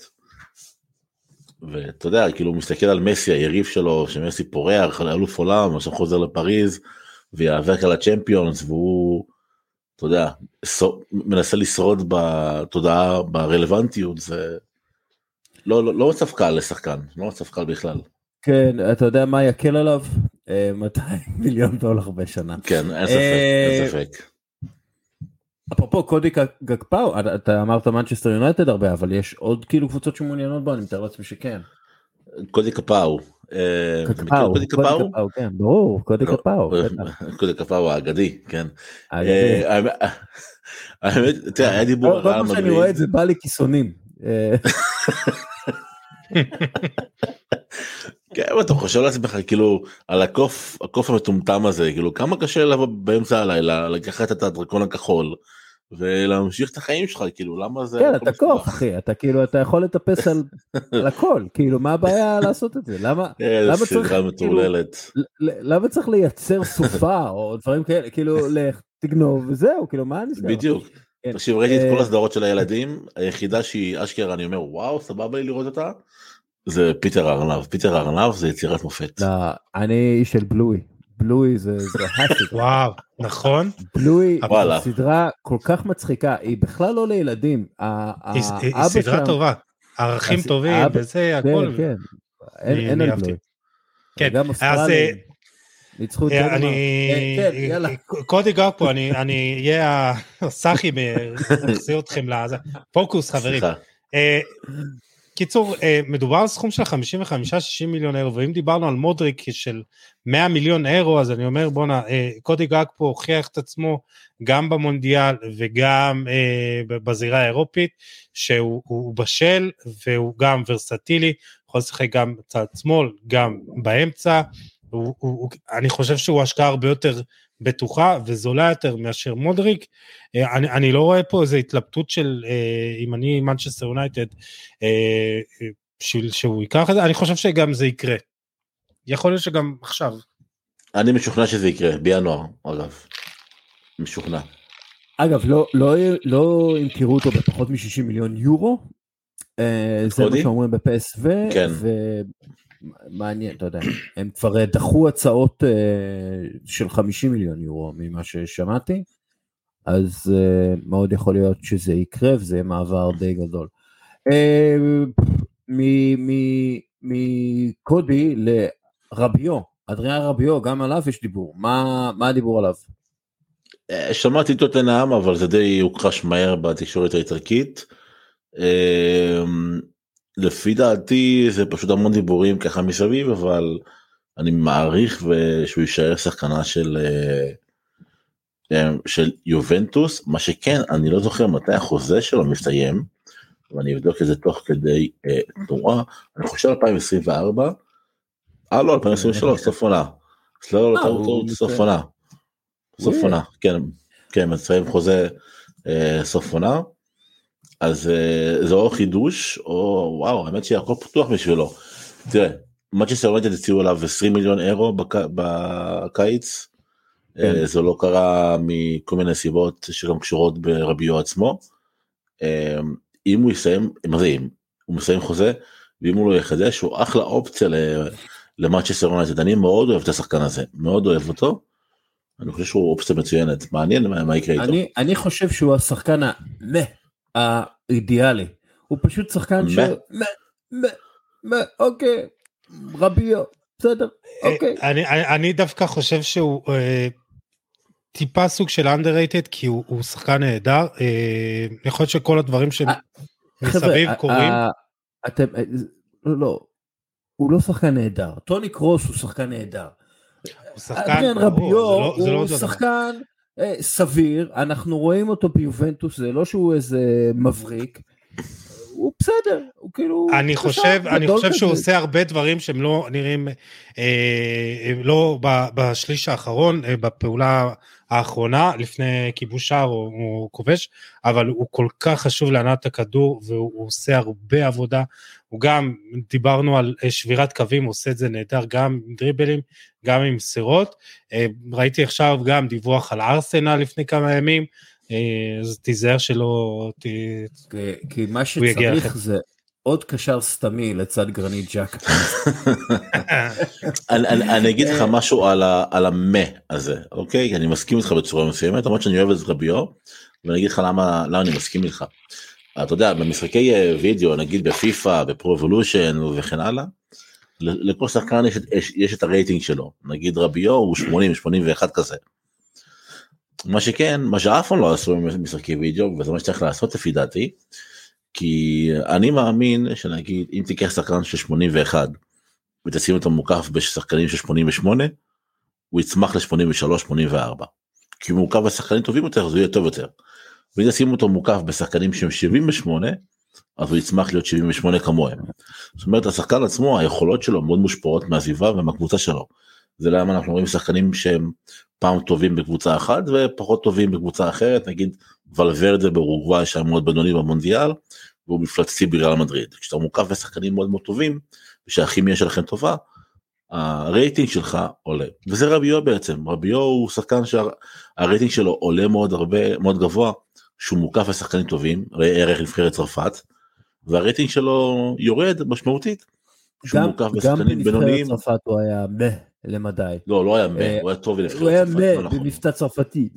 Speaker 3: ואתה יודע, כאילו הוא מסתכל על מסי, היריב שלו, שמסי פורח, אלוף עולם, עכשיו חוזר לפריז, ויאבק על הצ'מפיונס, והוא, אתה יודע, מנסה לשרוד בתודעה, ברלוונטיות, זה לא מצב קל לשחקן, לא מצב קל בכלל.
Speaker 1: כן, אתה יודע מה יקל עליו? 200 מיליון דולר בשנה.
Speaker 3: כן, אין ספק.
Speaker 1: אפרופו קודי גקפאו, אתה אמרת מנצ'סטר יונייטד הרבה, אבל יש עוד כאילו קבוצות שמעוניינות בו, אני מתאר לעצמי שכן.
Speaker 3: קודי קפאו.
Speaker 1: קודי קפאו, כן, ברור, קודי קפאו.
Speaker 3: קודי קפאו האגדי, כן. האמת, תראה, היה דיבור על ריאל מדריד.
Speaker 1: כל מה שאני רואה את זה בא לי כיסונים.
Speaker 3: כן, אתה חושב לעצמך כאילו על הקוף המטומטם הזה, כאילו כמה קשה לבוא באמצע הלילה, לקחת את הדרקון הכחול ולהמשיך את החיים שלך, כאילו למה זה...
Speaker 1: כן, אתה קוף אחי, אתה כאילו אתה יכול לטפס על הכל, כאילו מה הבעיה לעשות את זה? למה צריך לייצר סופה או דברים כאלה, כאילו תגנוב וזהו, כאילו מה נסגר?
Speaker 3: בדיוק. תקשיב, ראיתי את כל הסדרות של הילדים, היחידה שהיא אשכרה, אני אומר וואו סבבה לי לראות אותה, זה פיטר ארנב. פיטר ארנב זה יצירת מופת.
Speaker 1: לא, אני איש של בלוי. בלוי זה הסדרה.
Speaker 2: וואו, נכון.
Speaker 1: בלוי זו סדרה כל כך מצחיקה, היא בכלל לא לילדים.
Speaker 2: היא סדרה טובה, ערכים טובים, וזה הכל.
Speaker 1: כן, אין על בלוי.
Speaker 2: כן,
Speaker 1: גם אוסטרלים. ניצחו את
Speaker 2: יאללה. קודי גקפו, אני אהיה הסחי מחזיר אתכם לזה. פוקוס חברים. קיצור, מדובר על סכום של 55-60 מיליון אירו, ואם דיברנו על מודריק של 100 מיליון אירו, אז אני אומר בונה, קודי גקפו הוכיח את עצמו גם במונדיאל וגם בזירה האירופית, שהוא בשל והוא גם ורסטילי, יכול לשחק גם צד שמאל, גם באמצע, אני חושב שהוא השקעה הרבה יותר בטוחה וזולה יותר מאשר מודריק. אני לא רואה פה איזו התלבטות של אם אני מנצ'סטר יונייטד שהוא ייקח את זה, אני חושב שגם זה יקרה, יכול להיות שגם עכשיו.
Speaker 3: אני משוכנע שזה יקרה בינואר, אגב, משוכנע.
Speaker 1: אגב, לא ימכרו אותו בפחות מ-60 מיליון יורו, זה מה שאומרים בפסו, מעניין, אתה יודע, הם כבר דחו הצעות של 50 מיליון יורו ממה ששמעתי, אז מאוד יכול להיות שזה יקרה, וזה מעבר די גדול. מקודי לרביו, אדריאן רביו, גם עליו יש דיבור, מה הדיבור עליו?
Speaker 3: שמעתי טוטנהאם, אבל זה די הוכחש מהר בתקשורת האיטלקית, לפי דעתי זה פשוט המון דיבורים ככה מסביב, אבל אני מעריך שהוא יישאר שחקנה של יובנטוס, מה שכן, אני לא זוכר מתי החוזה שלו מסתיים, ואני אבדוק את זה תוך כדי תנועה, אני חושב 2024, לא, 2023, סוף עונה, סוף עונה, כן, מסתיים חוזה סוף עונה, אז זה או חידוש, או וואו, האמת שהכל פתוח בשבילו. תראה, מנצ'סטר יונייטד הציעו עליו 20 מיליון אירו בקיץ, זה לא קרה מכל מיני סיבות שגם קשורות ברביו עצמו. אם הוא יסיים, הוא מסיים חוזה, ואם הוא לא יחדש, הוא אחלה אופציה למנצ'סטר יונייטד. אני מאוד אוהב את השחקן הזה, מאוד אוהב אותו, אני חושב שהוא אופציה מצוינת, מעניין מה יקרה איתו.
Speaker 1: אני חושב שהוא השחקן האידיאלי, הוא פשוט שחקן אוקיי, רביו, בסדר, אוקיי.
Speaker 2: אני דווקא חושב שהוא טיפה סוג של underrated, כי הוא שחקן נהדר, יכול להיות שכל הדברים שמסביב קוראים.
Speaker 1: לא, הוא לא שחקן נהדר, טוני קרוס הוא שחקן נהדר. אדריאן רביו הוא שחקן סביר, אנחנו רואים אותו ביובנטוס, זה לא שהוא איזה מבריק, הוא בסדר, הוא כאילו...
Speaker 2: אני חושב שהוא עושה הרבה דברים שהם לא נראים, לא בשליש האחרון, בפעולה האחרונה, לפני כיבוש שער הוא כובש, אבל הוא כל כך חשוב להנעת הכדור, והוא עושה הרבה עבודה, הוא גם, דיברנו על שבירת קווים, הוא עושה את זה נהדר, גם עם דריבלים, גם עם סירות, ראיתי עכשיו גם דיווח על ארסנל לפני כמה ימים, אז תיזהר שלא...
Speaker 1: כי מה שצריך זה עוד קשר סתמי לצד גרנית ג'ק.
Speaker 3: אני אגיד לך משהו על המה הזה, אוקיי? אני מסכים איתך בצורה מסוימת, למרות שאני אוהב את רביו, ואני אגיד לך למה אני מסכים איתך. אתה יודע, במשחקי וידאו, נגיד בפיפה, בפרו-אבולושן וכן הלאה, לכל שחקן יש את הרייטינג שלו, נגיד רביו הוא 80, 81 כזה. מה שכן, מה שאף פעם לא עשו במשחקי וידאו, וזה מה שצריך לעשות לפי דעתי, כי אני מאמין שנגיד, אם תיקח שחקן של 81, ותשים אותו מוקף בשחקנים של 88, הוא יצמח ל-83, 84. כי הוא מוקף בשחקנים טובים יותר, אז הוא יהיה טוב יותר. ואם תשים אותו מוקף בשחקנים שהם 78, אז הוא יצמח להיות 78 כמוהם. זאת אומרת, השחקן עצמו, היכולות שלו מאוד מושפעות מהסביבה ומהקבוצה שלו. זה למה אנחנו רואים שחקנים שהם פעם טובים בקבוצה אחת, ופחות טובים בקבוצה אחרת, נגיד ולוורדה באורוגוואי שהיה מאוד בינוני במונדיאל, והוא מפלצתי בריאל מדריד. כשאתה מוקף בשחקנים מאוד מאוד טובים, ושהכימיה שלכם טובה, הרייטינג שלך עולה. וזה רביו בעצם, רביו הוא שחקן שהרייטינג שלו עולה מאוד גבוה, שהוא מוקף בשחקנים טובים, ראה ערך נבחרת צרפת, והרייטינג שלו יורד משמעותית, שהוא מוקף בשחקנים בינוניים.
Speaker 1: גם בנבחרת צרפת הוא היה למדי.
Speaker 3: לא היה הוא היה טוב בנבחרת
Speaker 1: צרפת. הוא היה במבטא צרפתי.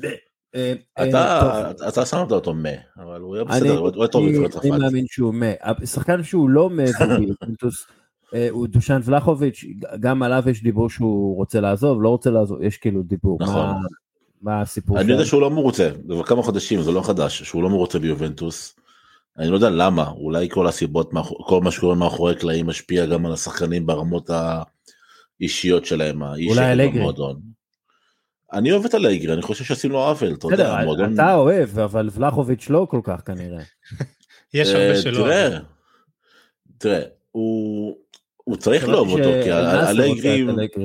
Speaker 3: אתה שמת אותו אבל הוא היה בסדר, הוא היה טוב בנבחרת צרפת.
Speaker 1: אני מאמין שהוא שחקן שהוא לא הוא דושן ולחוביץ', גם עליו יש דיבור שהוא רוצה לעזוב, לא רוצה לעזוב, יש כאילו דיבור. מה הסיפור?
Speaker 3: אני יודע שהוא לא מרוצה, זה כבר כמה חודשים, זה לא חדש, שהוא לא מרוצה ביובנטוס. אני לא יודע למה, אולי כל הסיבות, כל מה שקורה מאחורי קלעים משפיע גם על השחקנים ברמות האישיות שלהם,
Speaker 1: אולי אלגרי.
Speaker 3: אני אוהב את אלגרי, אני חושב שעושים לו עוול, אתה יודע, המועדון...
Speaker 1: אתה אוהב, אבל ולחוביץ' לא כל כך כנראה.
Speaker 2: יש הרבה שלא.
Speaker 3: תראה, הוא צריך לאהוב אותו, כי אלגרי...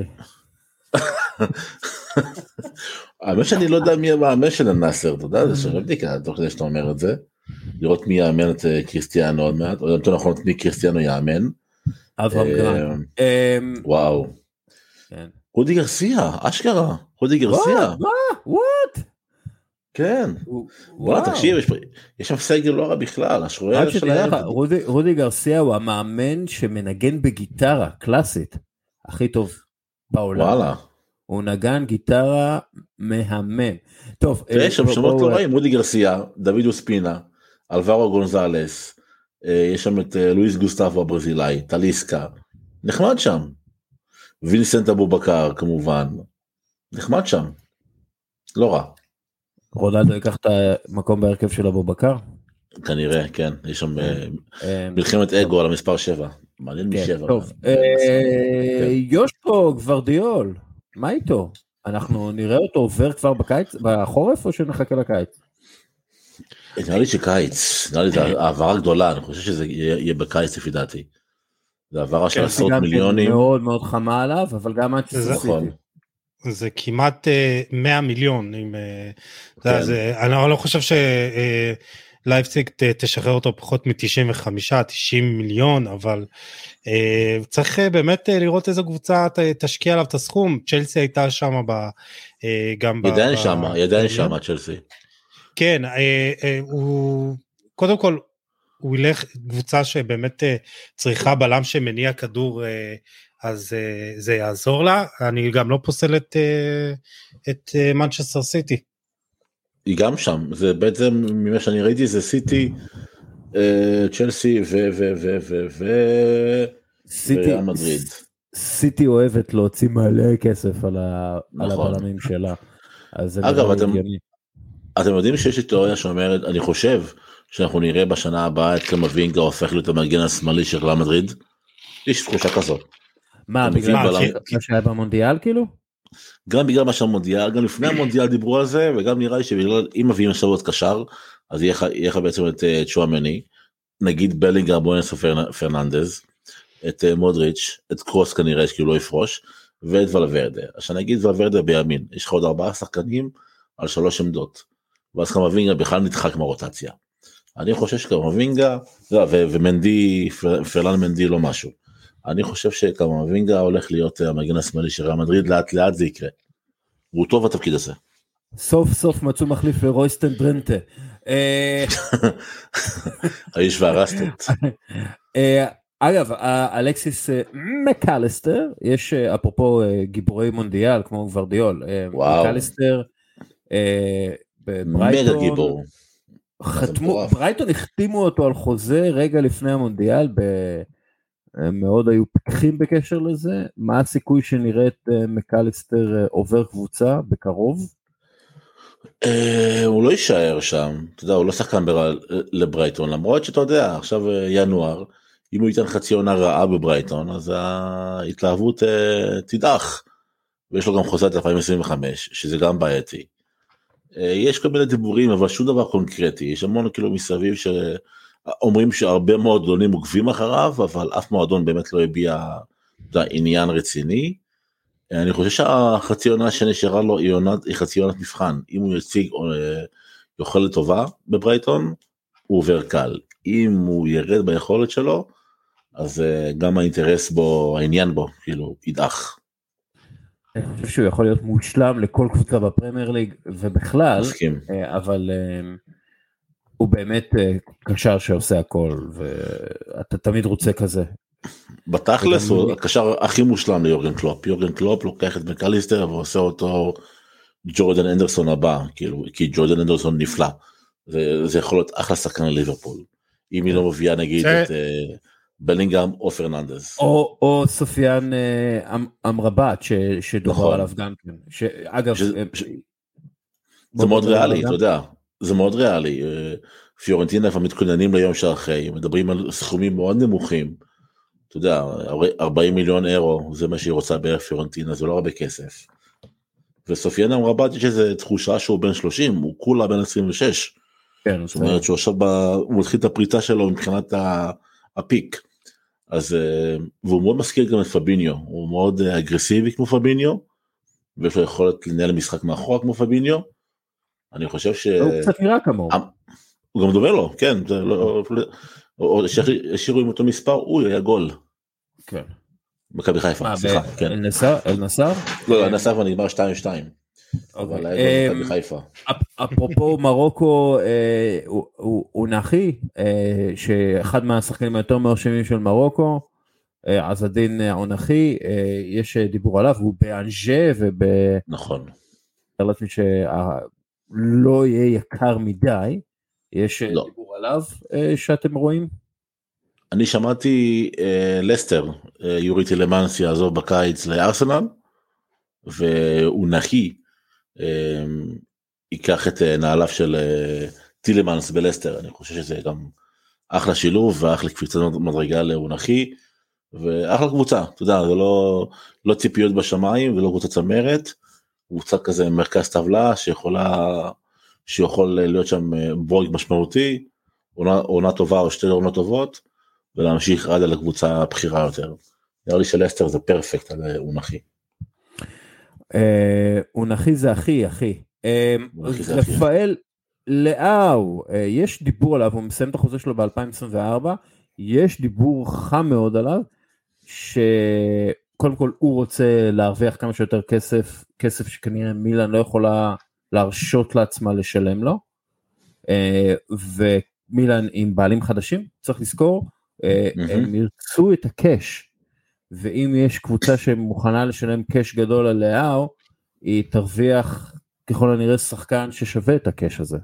Speaker 3: האמת שאני לא יודע מי המאמן של הנאסר, אתה יודע, זה שווה בדיקה, תוך כדי שאתה אומר את זה, לראות מי יאמן את קריסטיאנו עוד מעט, או יותר נכון, מי קריסטיאנו יאמן.
Speaker 1: אברהם גרנט.
Speaker 3: וואו. רודי גרסיה, אשכרה, רודי גרסיה.
Speaker 1: מה? וואט?
Speaker 3: כן. וואו, תקשיב, יש שם סגל לא רע בכלל, השרוער שלהם.
Speaker 1: רודי גרסיה הוא המאמן שמנגן בגיטרה קלאסית, הכי טוב בעולם. וואלה. הוא נגן גיטרה מהמם. טוב,
Speaker 3: יש שם שמות לא רעים, רודי גרסיה, דוד אוספינה, אלברו גונזלס, יש שם את לואיס גוסטבו הברזילאי, טליסקה, נחמד שם. וינסנט אבו בקר כמובן, נחמד שם, לא רע.
Speaker 1: רונלדו ייקח את המקום בהרכב של אבו בקר?
Speaker 3: כנראה, כן, יש שם מלחמת אגו על המספר 7, מעניין מ7.
Speaker 1: טוב, יושקו גוורדיאול, מה איתו? אנחנו נראה אותו עובר כבר בקיץ, בחורף או שנחכה לקיץ?
Speaker 3: נראה לי שקיץ, נראה לי זה העברה גדולה, אני חושב שזה יהיה בקיץ לפי דעתי. זה העברה של עשרות מיליונים.
Speaker 1: מאוד מאוד חמה עליו, אבל גם עד
Speaker 3: נכון.
Speaker 2: זה כמעט 100 מיליון. אני לא חושב שלייפציג תשחרר אותו פחות מ-95-90 מיליון, אבל צריך באמת לראות איזו קבוצה תשקיע עליו את הסכום. צ'לסי הייתה שם גם...
Speaker 3: ידיים שם, צ'לסי.
Speaker 2: כן, קודם כל, הוא ילך קבוצה שבאמת צריכה בלם שמניע כדור, אז זה יעזור לה. אני גם לא פוסל את מנצ'סטר סיטי.
Speaker 3: היא גם שם, זה בעצם ממה שאני ראיתי זה סיטי, צ'לסי ומדריד.
Speaker 1: סיטי אוהבת להוציא מלא כסף על הבלמים שלה.
Speaker 3: אגב, אתם יודעים שיש לי תיאוריה שאומרת, אני חושב שאנחנו נראה בשנה הבאה את קמבינגה הופך להיות המגן השמאלי של ריאל מדריד. יש תחושה כזאת.
Speaker 1: מה, בגלל שהיה במונדיאל כאילו?
Speaker 3: גם בגלל מה שהמונדיאל, גם לפני המונדיאל דיברו על זה, וגם נראה לי שבגלל, אם מביאים עכשיו עוד קשר, אז יהיה לך בעצם את צ'ואמני, נגיד בלינגהאם, בואנס פרננדז, את מודריץ', את קרוס כנראה שכאילו לא יפרוש, ואת ולוורדה. עכשיו נגיד ולוורדה בימין, יש לך עוד 4 שחקנים על 3 עמדות, ואז קמבינגה בכלל נדחק מהרוטציה. אני חושב שקמבינגה, ומנדי, פרלן מנדי לא משהו. אני חושב שקמבינגה הולך להיות המגן השמאלי של ריאל מדריד, לאט לאט זה יקרה. הוא טוב בתפקיד הזה.
Speaker 1: סוף סוף מצאו מחליף לרויסטן דרנטה.
Speaker 3: האיש והרסטות.
Speaker 1: אגב, אלכסיס מקליסטר, יש אפרופו גיבורי מונדיאל כמו ורדיול, מקליסטר בברייטון, ברייטון החתימו אותו על חוזה רגע לפני המונדיאל, מאוד היו פתחים בקשר לזה. מה הסיכוי שנראה את מקליסטר עובר קבוצה בקרוב?
Speaker 3: הוא לא יישאר שם, אתה יודע, הוא לא שחקן לברייטון, למרות שאתה יודע, עכשיו ינואר, אם הוא ייתן חצי עונה רעה בברייטון, אז ההתלהבות תדח, ויש לו גם חוזה את 2025, שזה גם בעייתי. יש כל מיני דיבורים, אבל שום דבר קונקרטי, יש המון כאילו מסביב שאומרים שהרבה מועדונים עוקבים אחריו, אבל אף מועדון באמת לא הביע עניין רציני. אני חושב שהחצי עונה שנשארה לו היא חצי עונת מבחן, אם הוא יציג יכולת טובה בברייטון, הוא עובר קל, אם הוא ירד ביכולת שלו, אז גם האינטרס בו, העניין בו, כאילו, ידח.
Speaker 1: אני חושב שהוא יכול להיות מושלם לכל קבוצה בפרמייר ליג, ובכלל,
Speaker 3: מסכים.
Speaker 1: אבל הוא באמת קשר שעושה הכל, ואתה תמיד רוצה כזה.
Speaker 3: בתכלס הוא הקשר הכי מושלם ליורגן קלופ. יורגן קלופ לוקח את מקליסטר ועושה אותו ג'ורדן אנדרסון הבא, כאילו, כי ג'ורדן אנדרסון נפלא. זה יכול להיות אחלה שחקן לליברפול. אם היא לא מביאה נגיד את בלינגהאם או פרננדז.
Speaker 1: או סופיאן אמרבת שדובר עליו גם כן. אגב,
Speaker 3: זה מאוד ריאלי, אתה יודע. זה מאוד ריאלי. פיורנטינה מתכוננים ליום שאחרי, מדברים על סכומים מאוד נמוכים. אתה יודע, 40 מיליון אירו, זה מה שהיא רוצה בערך פיורנטינה, זה לא הרבה כסף. וסופיאן אמרבת יש איזו תחושה שהוא בן 30, הוא כולה בן 26.
Speaker 1: כן,
Speaker 3: זאת אומרת שהוא עכשיו, הוא מתחיל את הפריצה שלו מבחינת הפיק. אז, והוא מאוד מזכיר גם את פביניו, הוא מאוד אגרסיבי כמו פביניו, ויש לו יכולת לנהל משחק מאחורה כמו פביניו. אני חושב
Speaker 1: הוא קצת נראה כמוהו.
Speaker 3: הוא גם דומה לו, כן, או שהשאירו עם אותו מספר, הוא היה גול.
Speaker 1: כן.
Speaker 3: מכבי חיפה, סליחה.
Speaker 1: אל נסר?
Speaker 3: לא, אל נסר נגמר 2-2. אבל היה מכבי חיפה.
Speaker 1: אפרופו מרוקו, הוא נחי, שאחד מהשחקנים היותר מרשימים של מרוקו, עזדין עונחי, יש דיבור עליו, הוא באנג'ה
Speaker 3: נכון.
Speaker 1: לעצמי שלא יהיה יקר מדי, יש דיבור עליו שאתם רואים?
Speaker 3: אני שמעתי לסטר, יורי טילמנס יעזוב בקיץ לארסנל, והוא נחי, ייקח את נעליו של טילמנס בלסטר. אני חושב שזה גם אחלה שילוב ואחלה קפיצת מדרגה לאונחי, ואחלה קבוצה, אתה יודע, זה לא ציפיות בשמיים ולא קבוצה צמרת, קבוצה כזה מרכז טבלה שיכול להיות שם בורג משמעותי, עונה טובה או שתי עונות טובות, ולהמשיך עד על הקבוצה הבכירה יותר. נראה לי שלסטר זה פרפקט על אונחי.
Speaker 1: אונחי זה אחי. רפאל לאו, יש דיבור עליו, הוא מסיים את החוזה שלו ב-2024, יש דיבור חם מאוד עליו, שקודם כל הוא רוצה להרוויח כמה שיותר כסף שכנראה מילאן לא יכולה להרשות לעצמה לשלם לו, ומילאן עם בעלים חדשים, צריך לזכור, הם ירצו את הקש, ואם יש קבוצה שמוכנה לשלם קש גדול על לאו, היא תרוויח ככל הנראה שחקן ששווה את הקש הזה.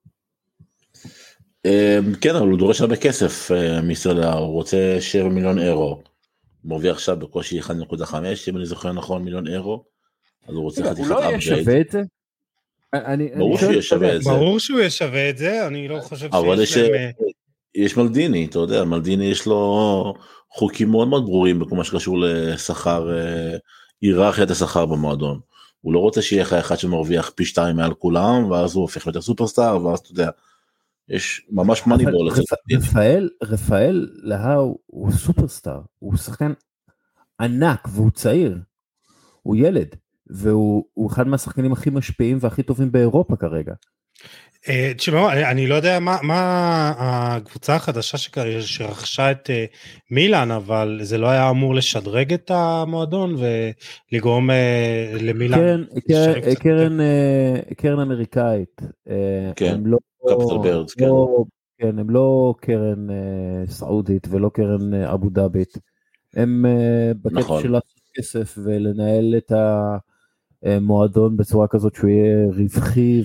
Speaker 3: כן, אבל הוא דורש הרבה כסף מישראל, הוא רוצה 7 מיליון אירו, מרוויח עכשיו בקושי 1.5, אם אני זוכר נכון, מיליון אירו, אז הוא רוצה חתיכת
Speaker 1: אפגרייד. הוא לא יהיה שווה את זה?
Speaker 3: ברור שהוא ישווה את זה.
Speaker 2: ברור שהוא ישווה את זה, אני לא חושב שיש להם...
Speaker 3: יש מלדיני, אתה יודע, מלדיני יש לו חוקים מאוד מאוד ברורים בכל מה שקשור לשכר, היררכיית השכר במועדון. הוא לא רוצה שיהיה לך אחד שמרוויח פי 2 מעל כולם, ואז הוא הופך להיות הסופרסטאר, ואז אתה יודע, יש ממש מניבול.
Speaker 1: רפאל להאו הוא סופרסטאר, הוא שחקן ענק והוא צעיר, הוא ילד, והוא אחד מהשחקנים הכי משפיעים והכי טובים באירופה כרגע.
Speaker 2: תשמעו, אני לא יודע מה הקבוצה החדשה שרכשה את מילאן, אבל זה לא היה אמור לשדרג את המועדון ולגרום למילאן.
Speaker 1: קרן אמריקאית.
Speaker 3: כן, קפיטל ברדס.
Speaker 1: כן, הם לא קרן סעודית ולא קרן אבו דאבית. הם בקטע של לעשות כסף ולנהל את המועדון בצורה כזאת שהוא יהיה רווחי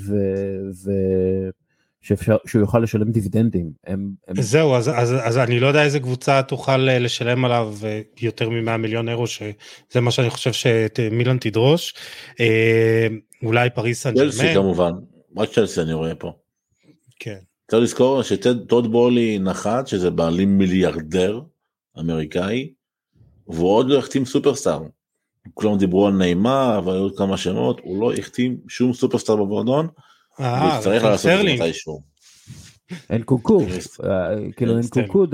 Speaker 1: שהוא יוכל לשלם דיבידנדים.
Speaker 2: זהו, אז אני לא יודע איזה קבוצה תוכל לשלם עליו יותר מ100 מיליון אירו, שזה מה שאני חושב שמילאן תדרוש. אולי פריס סן ז'רמן.
Speaker 3: צ'לסי כמובן, רק צ'לסי אני רואה פה.
Speaker 2: כן.
Speaker 3: צריך לזכור שטוד בולי נחת, שזה בעלים מיליארדר אמריקאי, והוא עוד לא החתים סופרסטאר. כולם דיברו על ניימר, אבל היו כמה שמות, הוא לא החתים שום סופרסטאר במועדון, הוא צריך לעשות את מתישהו.
Speaker 1: אין קוקו, כאילו אין קוקו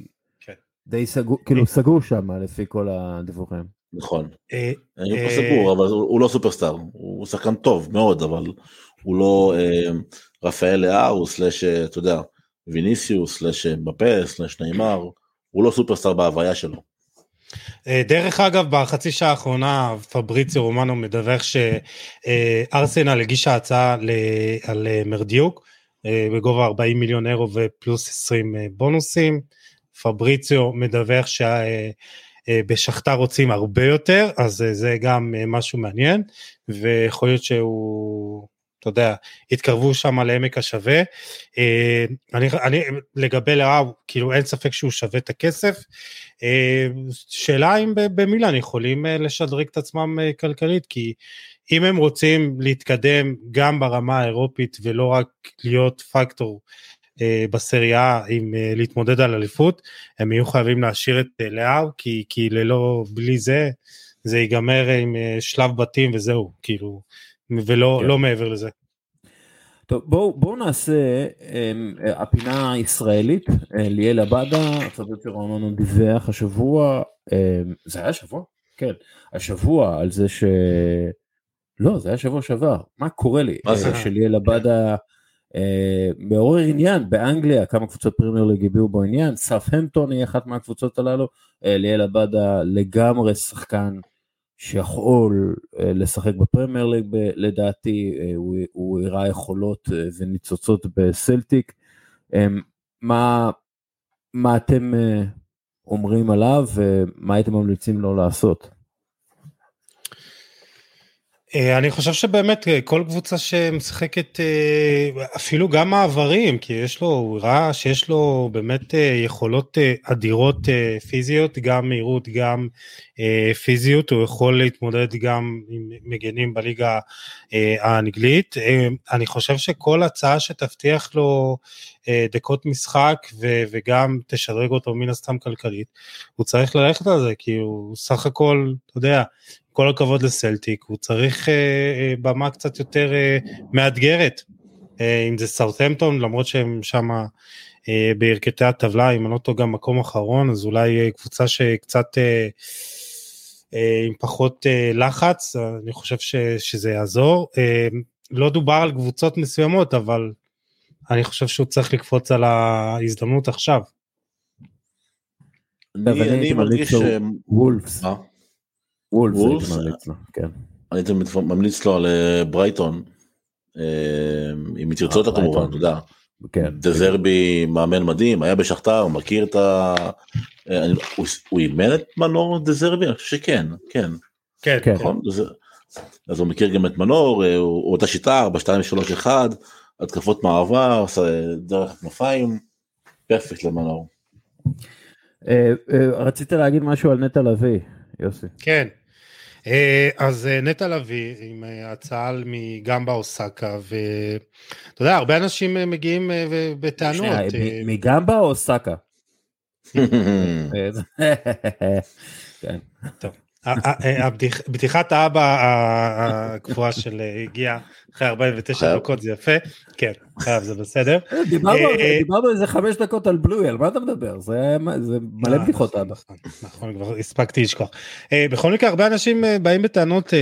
Speaker 1: די סגור שם, לפי כל הדיווחים.
Speaker 3: נכון, הוא סגור, אבל הוא לא סופרסטאר, הוא שחקן טוב מאוד, אבל הוא לא רפאל לאהו, סלש, אתה יודע, ויניסיוס, סלש מבפה, סלש ניימר, הוא לא סופרסטאר בהוויה שלו.
Speaker 2: דרך אגב, בחצי שעה האחרונה, פבריציו רומנו מדווח שארסנל הגישה הצעה על מרדיוק, בגובה 40 מיליון אירו ופלוס 20 בונוסים. פבריציו מדווח שבשכתר רוצים הרבה יותר, אז זה גם משהו מעניין, ויכול להיות שהוא, אתה יודע, התקרבו שם לעמק השווה. אני לגבי לאו, כאילו אין ספק שהוא שווה את הכסף. שאלה אם במילאן יכולים לשדרג את עצמם כלכלית, כי אם הם רוצים להתקדם גם ברמה האירופית, ולא רק להיות פקטור בסריה עם להתמודד על אליפות, הם יהיו חייבים להשאיר את לאו, כי בלי זה ייגמר עם שלב בתים וזהו, כאילו, ולא מעבר לזה.
Speaker 1: טוב, בואו נעשה הפינה הישראלית, ליאל עבדה, פבריציו רומנו דיווח השבוע, זה היה שבוע? כן, השבוע על זה לא, זה היה שבוע שעבר, מה קורה לי? שליאל עבדה מעורר עניין באנגליה, כמה קבוצות פרימייר ליג הביעו בו עניין, סאות'המפטון היא אחת מהקבוצות הללו, ליאל עבדה לגמרי שחקן, שיכול לשחק בפרמייר ליג, לדעתי הוא הראה יכולות וניצוצות בסלטיק. מה אתם אומרים עליו ומה הייתם ממליצים לו לעשות?
Speaker 2: אני חושב שבאמת כל קבוצה שמשחקת, אפילו גם מעברים, כי הוא ראה שיש לו באמת יכולות אדירות פיזיות, גם מהירות, גם פיזיות, הוא יכול להתמודד גם עם מגנים בליגה האנגלית. אני חושב שכל הצעה שתבטיח לו דקות משחק וגם תשדרג אותו מן הסתם כלכלית, הוא צריך ללכת על זה, כי הוא סך הכל, אתה יודע, כל הכבוד לסלטיק, הוא צריך במה קצת יותר מאתגרת, אם זה סאות'המפטון, למרות שהם שם בירכתי הטבלה, אם אני לא טועה גם מקום אחרון, אז אולי קבוצה שקצת עם פחות לחץ, אני חושב שזה יעזור. לא דובר על קבוצות מסוימות, אבל אני חושב שהוא צריך לקפוץ על ההזדמנות עכשיו.
Speaker 3: אני מרגיש
Speaker 1: וולפס. וולפס, כן.
Speaker 3: אני ממליץ לו על ברייטון, עם מתרצות כמובן, אתה יודע, דזרבי מאמן מדהים, היה בשכתר, מכיר את הוא אימן את מנור דזרבי? אני חושב שכן, כן. נכון? אז הוא מכיר גם את מנור, הוא אותה שיטה, 4-2-3-1, התקפות מעבר, דרך כנפיים, פרפקט למנור.
Speaker 1: רצית להגיד משהו על נטע לביא, יוסי.
Speaker 2: כן. אז נטע לביא עם הצעה מגמבה אוסקה, ואתה יודע, הרבה אנשים מגיעים בטענות.
Speaker 1: מגמבה או אוסקה?
Speaker 2: טוב. בדיחת האבא הקבועה של הגיעה אחרי 49 דקות, זה יפה, כן, חייב, זה בסדר.
Speaker 1: דיברנו איזה 5 דקות על בלוי, על מה אתה מדבר? זה מלא בדיחות אבא.
Speaker 2: נכון, כבר הספקתי לשכוח. בכל מקרה, הרבה אנשים באים בטענות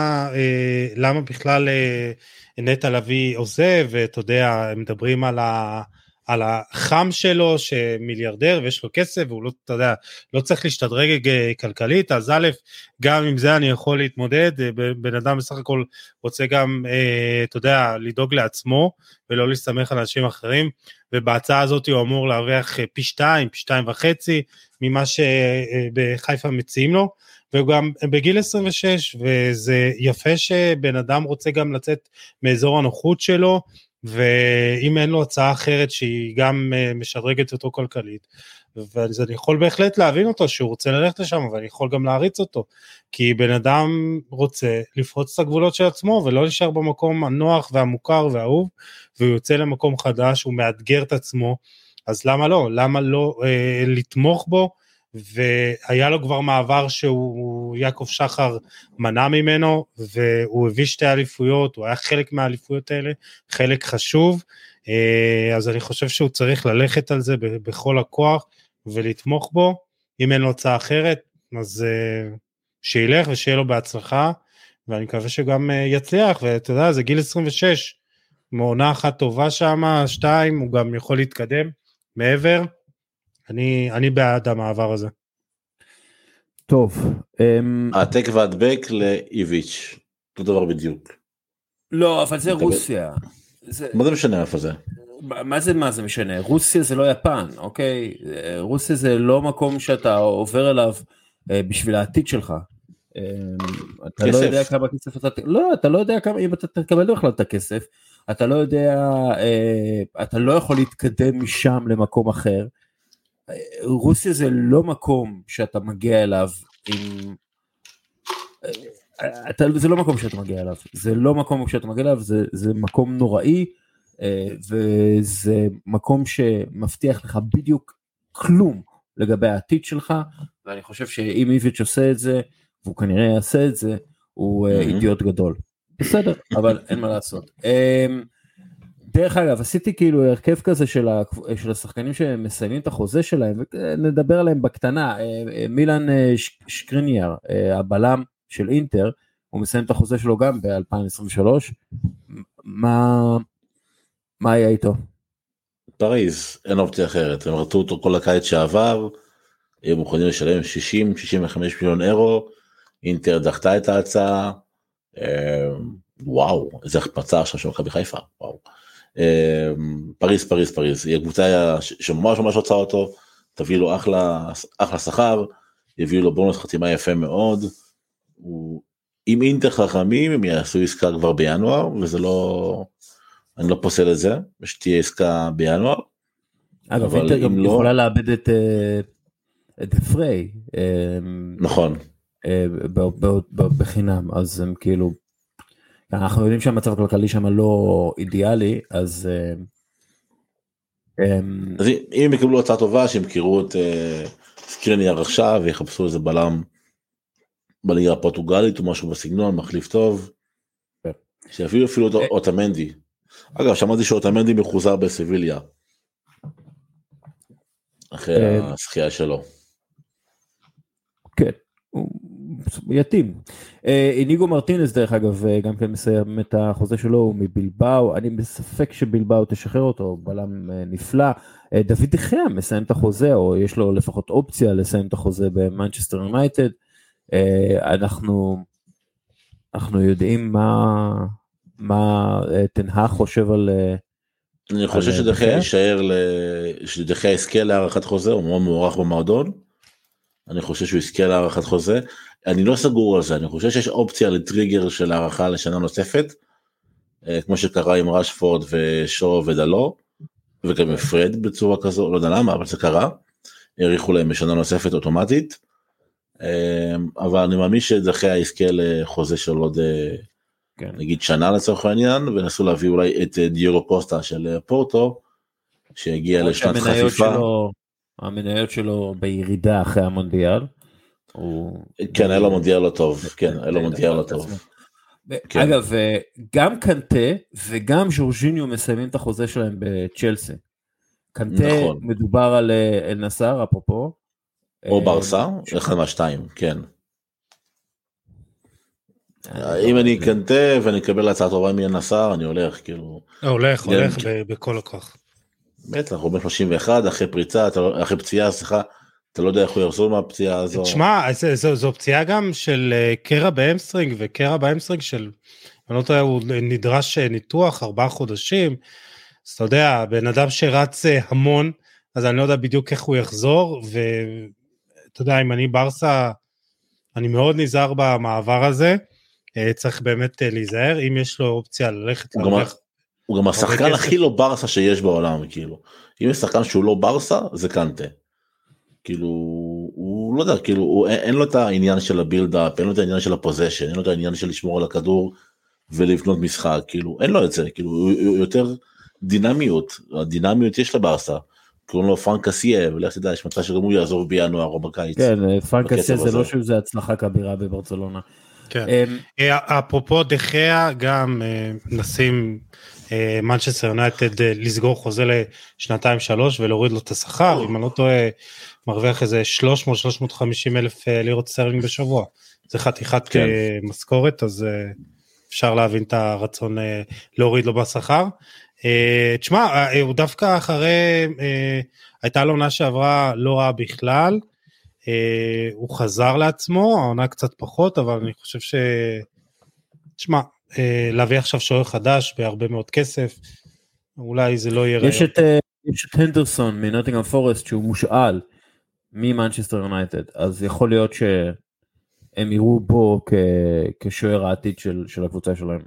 Speaker 2: למה בכלל נטע לביא עוזב, ואתה יודע, הם מדברים על החם שלו שמיליארדר ויש לו כסף והוא לא, אתה יודע, לא צריך להשתדרג כלכלית, אז א', גם עם זה אני יכול להתמודד, בן אדם בסך הכל רוצה גם, אתה יודע, לדאוג לעצמו ולא להסתמך על אנשים אחרים, ובהצעה הזאת הוא אמור להרוויח פי 2, פי 2.5 ממה שבחיפה מציעים לו, וגם בגיל 26, וזה יפה שבן אדם רוצה גם לצאת מאזור הנוחות שלו, ואם אין לו הצעה אחרת שהיא גם משדרגת אותו כלכלית, אז אני יכול בהחלט להבין אותו שהוא רוצה ללכת לשם, ואני יכול גם להריץ אותו, כי בן אדם רוצה לפרוץ את הגבולות של עצמו, ולא להישאר במקום הנוח והמוכר והאהוב, והוא יוצא למקום חדש, הוא מאתגר את עצמו, אז למה לא? למה לא לתמוך בו? והיה לו כבר מעבר שהוא יעקב שחר מנע ממנו, והוא הביא 2 אליפויות, הוא היה חלק מהאליפויות האלה, חלק חשוב, אז אני חושב שהוא צריך ללכת על זה בכל הכוח, ולתמוך בו, אם אין לו הצעה אחרת, אז שילך ושיהיה לו בהצלחה, ואני מקווה שגם יצליח, ואתה יודע, זה גיל 26, מעונה אחת טובה שם, 2, הוא גם יכול להתקדם מעבר, אני בעד המעבר הזה.
Speaker 1: טוב.
Speaker 3: העתק והדבק לאיביץ', אותו דבר בדיוק.
Speaker 1: לא, אבל זה רוסיה.
Speaker 3: מה זה משנה איפה זה?
Speaker 1: מה זה משנה? רוסיה זה לא יפן, אוקיי? רוסיה זה לא מקום שאתה עובר אליו בשביל העתיד שלך. אתה לא יודע כמה כסף אתה... לא, אתה לא יודע כמה, אם אתה תקבל בכלל את הכסף, אתה לא יודע, אתה לא יכול להתקדם משם למקום אחר. רוסיה זה לא מקום שאתה מגיע אליו עם... זה לא מקום שאתה מגיע אליו, זה לא מקום שאתה מגיע אליו, זה מקום נוראי, וזה מקום שמבטיח לך בדיוק כלום לגבי העתיד שלך, ואני חושב שאם איביץ' עושה את זה, והוא כנראה יעשה את זה, הוא אידיוט גדול. בסדר, אבל אין מה לעשות. דרך אגב, עשיתי כאילו הרכב כזה של השחקנים שמסיימים את החוזה שלהם, ונדבר עליהם בקטנה. מילן שקריניאר, הבלם של אינטר, הוא מסיים את החוזה שלו גם ב-2023. מה היה איתו?
Speaker 3: פריז, אין אופציה אחרת. הם רצו אותו כל הקיץ שעבר, הם מוכנים לשלם 60-65 מיליון אירו, אינטר דחתה את ההצעה, וואו, איזה החפצה עכשיו של מכבי חיפה, וואו. פריז, היא הקבוצה שממש רוצה אותו, תביא לו אחלה שכר, יביאו לו בונוס חתימה יפה מאוד, אם אינטר חכמים הם יעשו עסקה כבר בינואר, וזה לא, אני לא פוסל את זה, שתהיה עסקה בינואר.
Speaker 1: אגב, אינטר גם יכולה לאבד את פריי.
Speaker 3: נכון.
Speaker 1: בחינם, אז הם כאילו, אנחנו יודעים שהמצב הכלכלי שם לא אידיאלי, אז
Speaker 3: אם הם יקבלו הצעה טובה, שימכרו את סקריניאר עכשיו, ויחפשו איזה בלם בליגה הפורטוגלית, או משהו בסגנון, מחליף טוב, שיביאו אפילו את אוטמנדי. אגב, שמעתי שאוטמנדי מחוזר בסביליה, אחרי השחייה שלו.
Speaker 1: כן, הוא יתאים. איניגו מרטינס דרך אגב גם כן מסיים את החוזה שלו, הוא מבלבאו, אני בספק שבלבאו תשחרר אותו, בלם נפלא. דוד דחיה מסיים את החוזה, או יש לו לפחות אופציה לסיים את החוזה במנצ'סטר יונייטד. אנחנו יודעים מה תנהג חושב על...
Speaker 3: אני חושב שדחיה יישאר, שדחיה יזכה להארכת חוזה, הוא מאוד מוערך במועדון, אני חושב שהוא יזכה להארכת חוזה, אני לא סגור על זה, אני חושב שיש אופציה לטריגר של הארכה לשנה נוספת, כמו שקרה עם רשפורד ושו ודלו, וגם פרד בצורה כזו, לא יודע למה, אבל זה קרה, העריכו להם בשנה נוספת אוטומטית, אבל אני מאמין שדחיה יזכה לחוזה של עוד, נגיד שנה לצורך העניין, ונסו להביא אולי את דיוגו קוסטה של פורטו, שהגיע לשנת חפיפה.
Speaker 1: המניות שלו בירידה אחרי המונדיאל.
Speaker 3: כן, היה לו מונדיאל לא טוב, כן, היה לו מונדיאל לא טוב.
Speaker 1: אגב, גם קנטה וגם ז'ורג'יניו מסיימים את החוזה שלהם בצ'לסי. קנטה מדובר על אל נסר, אפרופו.
Speaker 3: או ברסה, אחד מהשתיים, כן. אם אני קנטה ואני אקבל הצעה טובה מאל נסר, אני הולך, כאילו...
Speaker 2: הולך בכל הכוח.
Speaker 3: באמת, אנחנו בין 31, אחרי פציעה, סליחה, אתה לא יודע איך הוא יחזור מהפציעה הזו.
Speaker 2: תשמע, זו פציעה גם של קרע באמסטרינג, וקרע באמסטרינג של, אני לא יודע, הוא נדרש ניתוח 4 חודשים, אז אתה יודע, בן אדם שרץ המון, אז אני לא יודע בדיוק איך הוא יחזור, ואתה יודע, אם אני ברסה, אני מאוד נזהר במעבר הזה, צריך באמת להיזהר, אם יש לו אופציה ללכת להרוויח.
Speaker 3: הוא גם השחקן הכי לא ברסה שיש בעולם, כאילו. אם יש שחקן שהוא לא ברסה, זה קנטה. כאילו, הוא לא יודע, כאילו, אין לו את העניין של הבילדאפ, אין לו את העניין של הפוזיישן, אין לו את העניין של לשמור על הכדור ולבנות משחק, כאילו, אין לו את זה, כאילו, הוא יותר דינמיות, הדינמיות יש לברסה, קוראים לו פרנק קסיה, ולך תדע, יש מצב שגם הוא יעזוב בינואר או בקיץ.
Speaker 1: כן, פרנק קסיה זה לא שזה הצלחה כבירה בברצלונה.
Speaker 2: כן, אפרופו דחיה, גם נשים מנצ'סטר יונייטד לסגור חוזה ל2-3 ולהוריד לו את השכר, אם אני לא טועה, מרוויח איזה 300-350 אלף לירות סטרלינג בשבוע, זה חתיכת משכורת, אז אפשר להבין את הרצון להוריד לו בשכר. תשמע, הוא דווקא אחרי, הייתה לו עונה שעברה לא רעה בכלל, הוא חזר לעצמו, העונה קצת פחות, אבל אני חושב תשמע, להביא עכשיו שוער חדש בהרבה מאוד כסף, אולי זה לא יהיה...
Speaker 1: יש את הנדרסון מנוטינגהאם פורסט שהוא מושאל ממנצ'סטר יונייטד, אז יכול להיות שהם יראו בו כשוער העתיד של הקבוצה שלהם.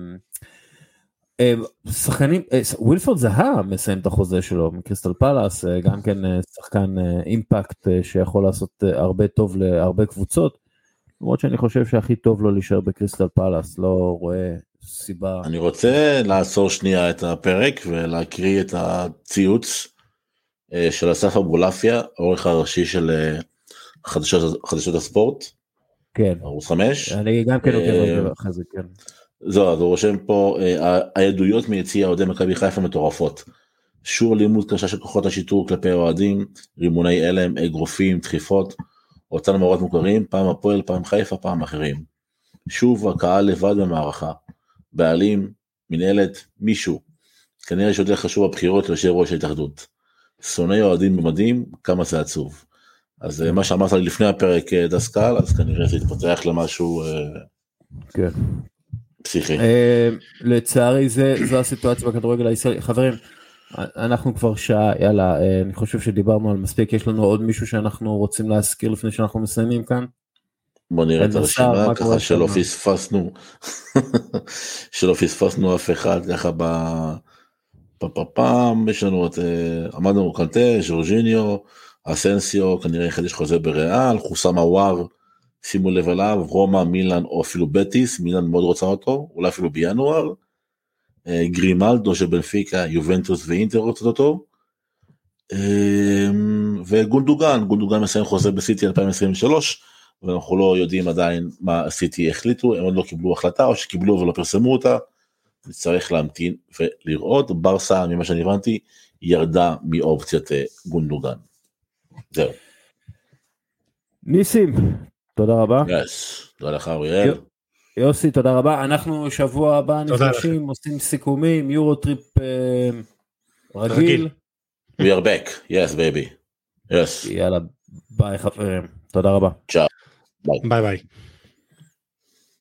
Speaker 1: שחקנים, ווילפרד זהה מסיים את החוזה שלו מקריסטל פלאס, גם כן שחקן אימפקט שיכול לעשות הרבה טוב להרבה קבוצות, למרות שאני חושב שהכי טוב לו להישאר בקריסטל פלאס, לא רואה סיבה.
Speaker 3: אני רוצה לעצור שנייה את הפרק ולהקריא את הציוץ של אסף אבולעפיה, העורך הראשי של חדשות הספורט.
Speaker 1: כן.
Speaker 3: ערוץ 5.
Speaker 1: אני גם כן עוקב אחרי זה, כן.
Speaker 3: זהו, אז הוא רושם פה, העדויות מיציע אוהדי מכבי חיפה מטורפות. שוב לימוד קשה של כוחות השיטור כלפי אוהדים, רימוני הלם, אגרופים, דחיפות, אותם מאורות מוכרים, פעם הפועל, פעם חיפה, פעם אחרים. שוב הקהל לבד במערכה. בעלים, מנהלת, מישהו. כנראה שיותר חשוב הבחירות ליושב ראש ההתאחדות. שונאי אוהדים במדים, כמה זה עצוב. אז מה שאמרת לי לפני הפרק דסקל, אז כנראה זה יתפתח למשהו
Speaker 1: כן.
Speaker 3: פסיכי.
Speaker 1: לצערי זו הסיטואציה בכדורגל הישראלי. חברים, אנחנו כבר שעה, יאללה, אני חושב שדיברנו על מספיק, יש לנו עוד מישהו שאנחנו רוצים להזכיר לפני שאנחנו מסיימים כאן?
Speaker 3: בוא נראה את הרשימה, ככה שלא פספסנו אף אחד, ככה בפעם, יש לנו את, עמדנו קנטה, ז'ורג'יניו, אסנסיו, כנראה חדש חוזה בריאל, חוסם אוואר, שימו לב עליו, רומא, מילאן או אפילו בטיס, מילאן מאוד רוצה אותו, אולי אפילו בינואר, גרימלדו של בנפיקה, יובנטוס ואינטר רוצות אותו, וגונדוגן מסיים חוזה בסיטי 2023, ואנחנו לא יודעים עדיין מה סיטי החליטו, הם עוד לא קיבלו החלטה, או שקיבלו ולא פרסמו אותה, צריך להמתין ולראות. ברסה, ממה שאני הבנתי, ירדה מאופציית גונדוגן. זהו.
Speaker 1: ניסים, תודה רבה.
Speaker 3: תודה לך אוריאל.
Speaker 1: יוסי, תודה רבה. אנחנו שבוע הבא נפגשים, עושים סיכומים, יורו טריפ רגיל.
Speaker 3: We are back, yes baby. Yes.
Speaker 1: יאללה, ביי חברים. תודה רבה.
Speaker 3: צ'או.
Speaker 2: ביי ביי.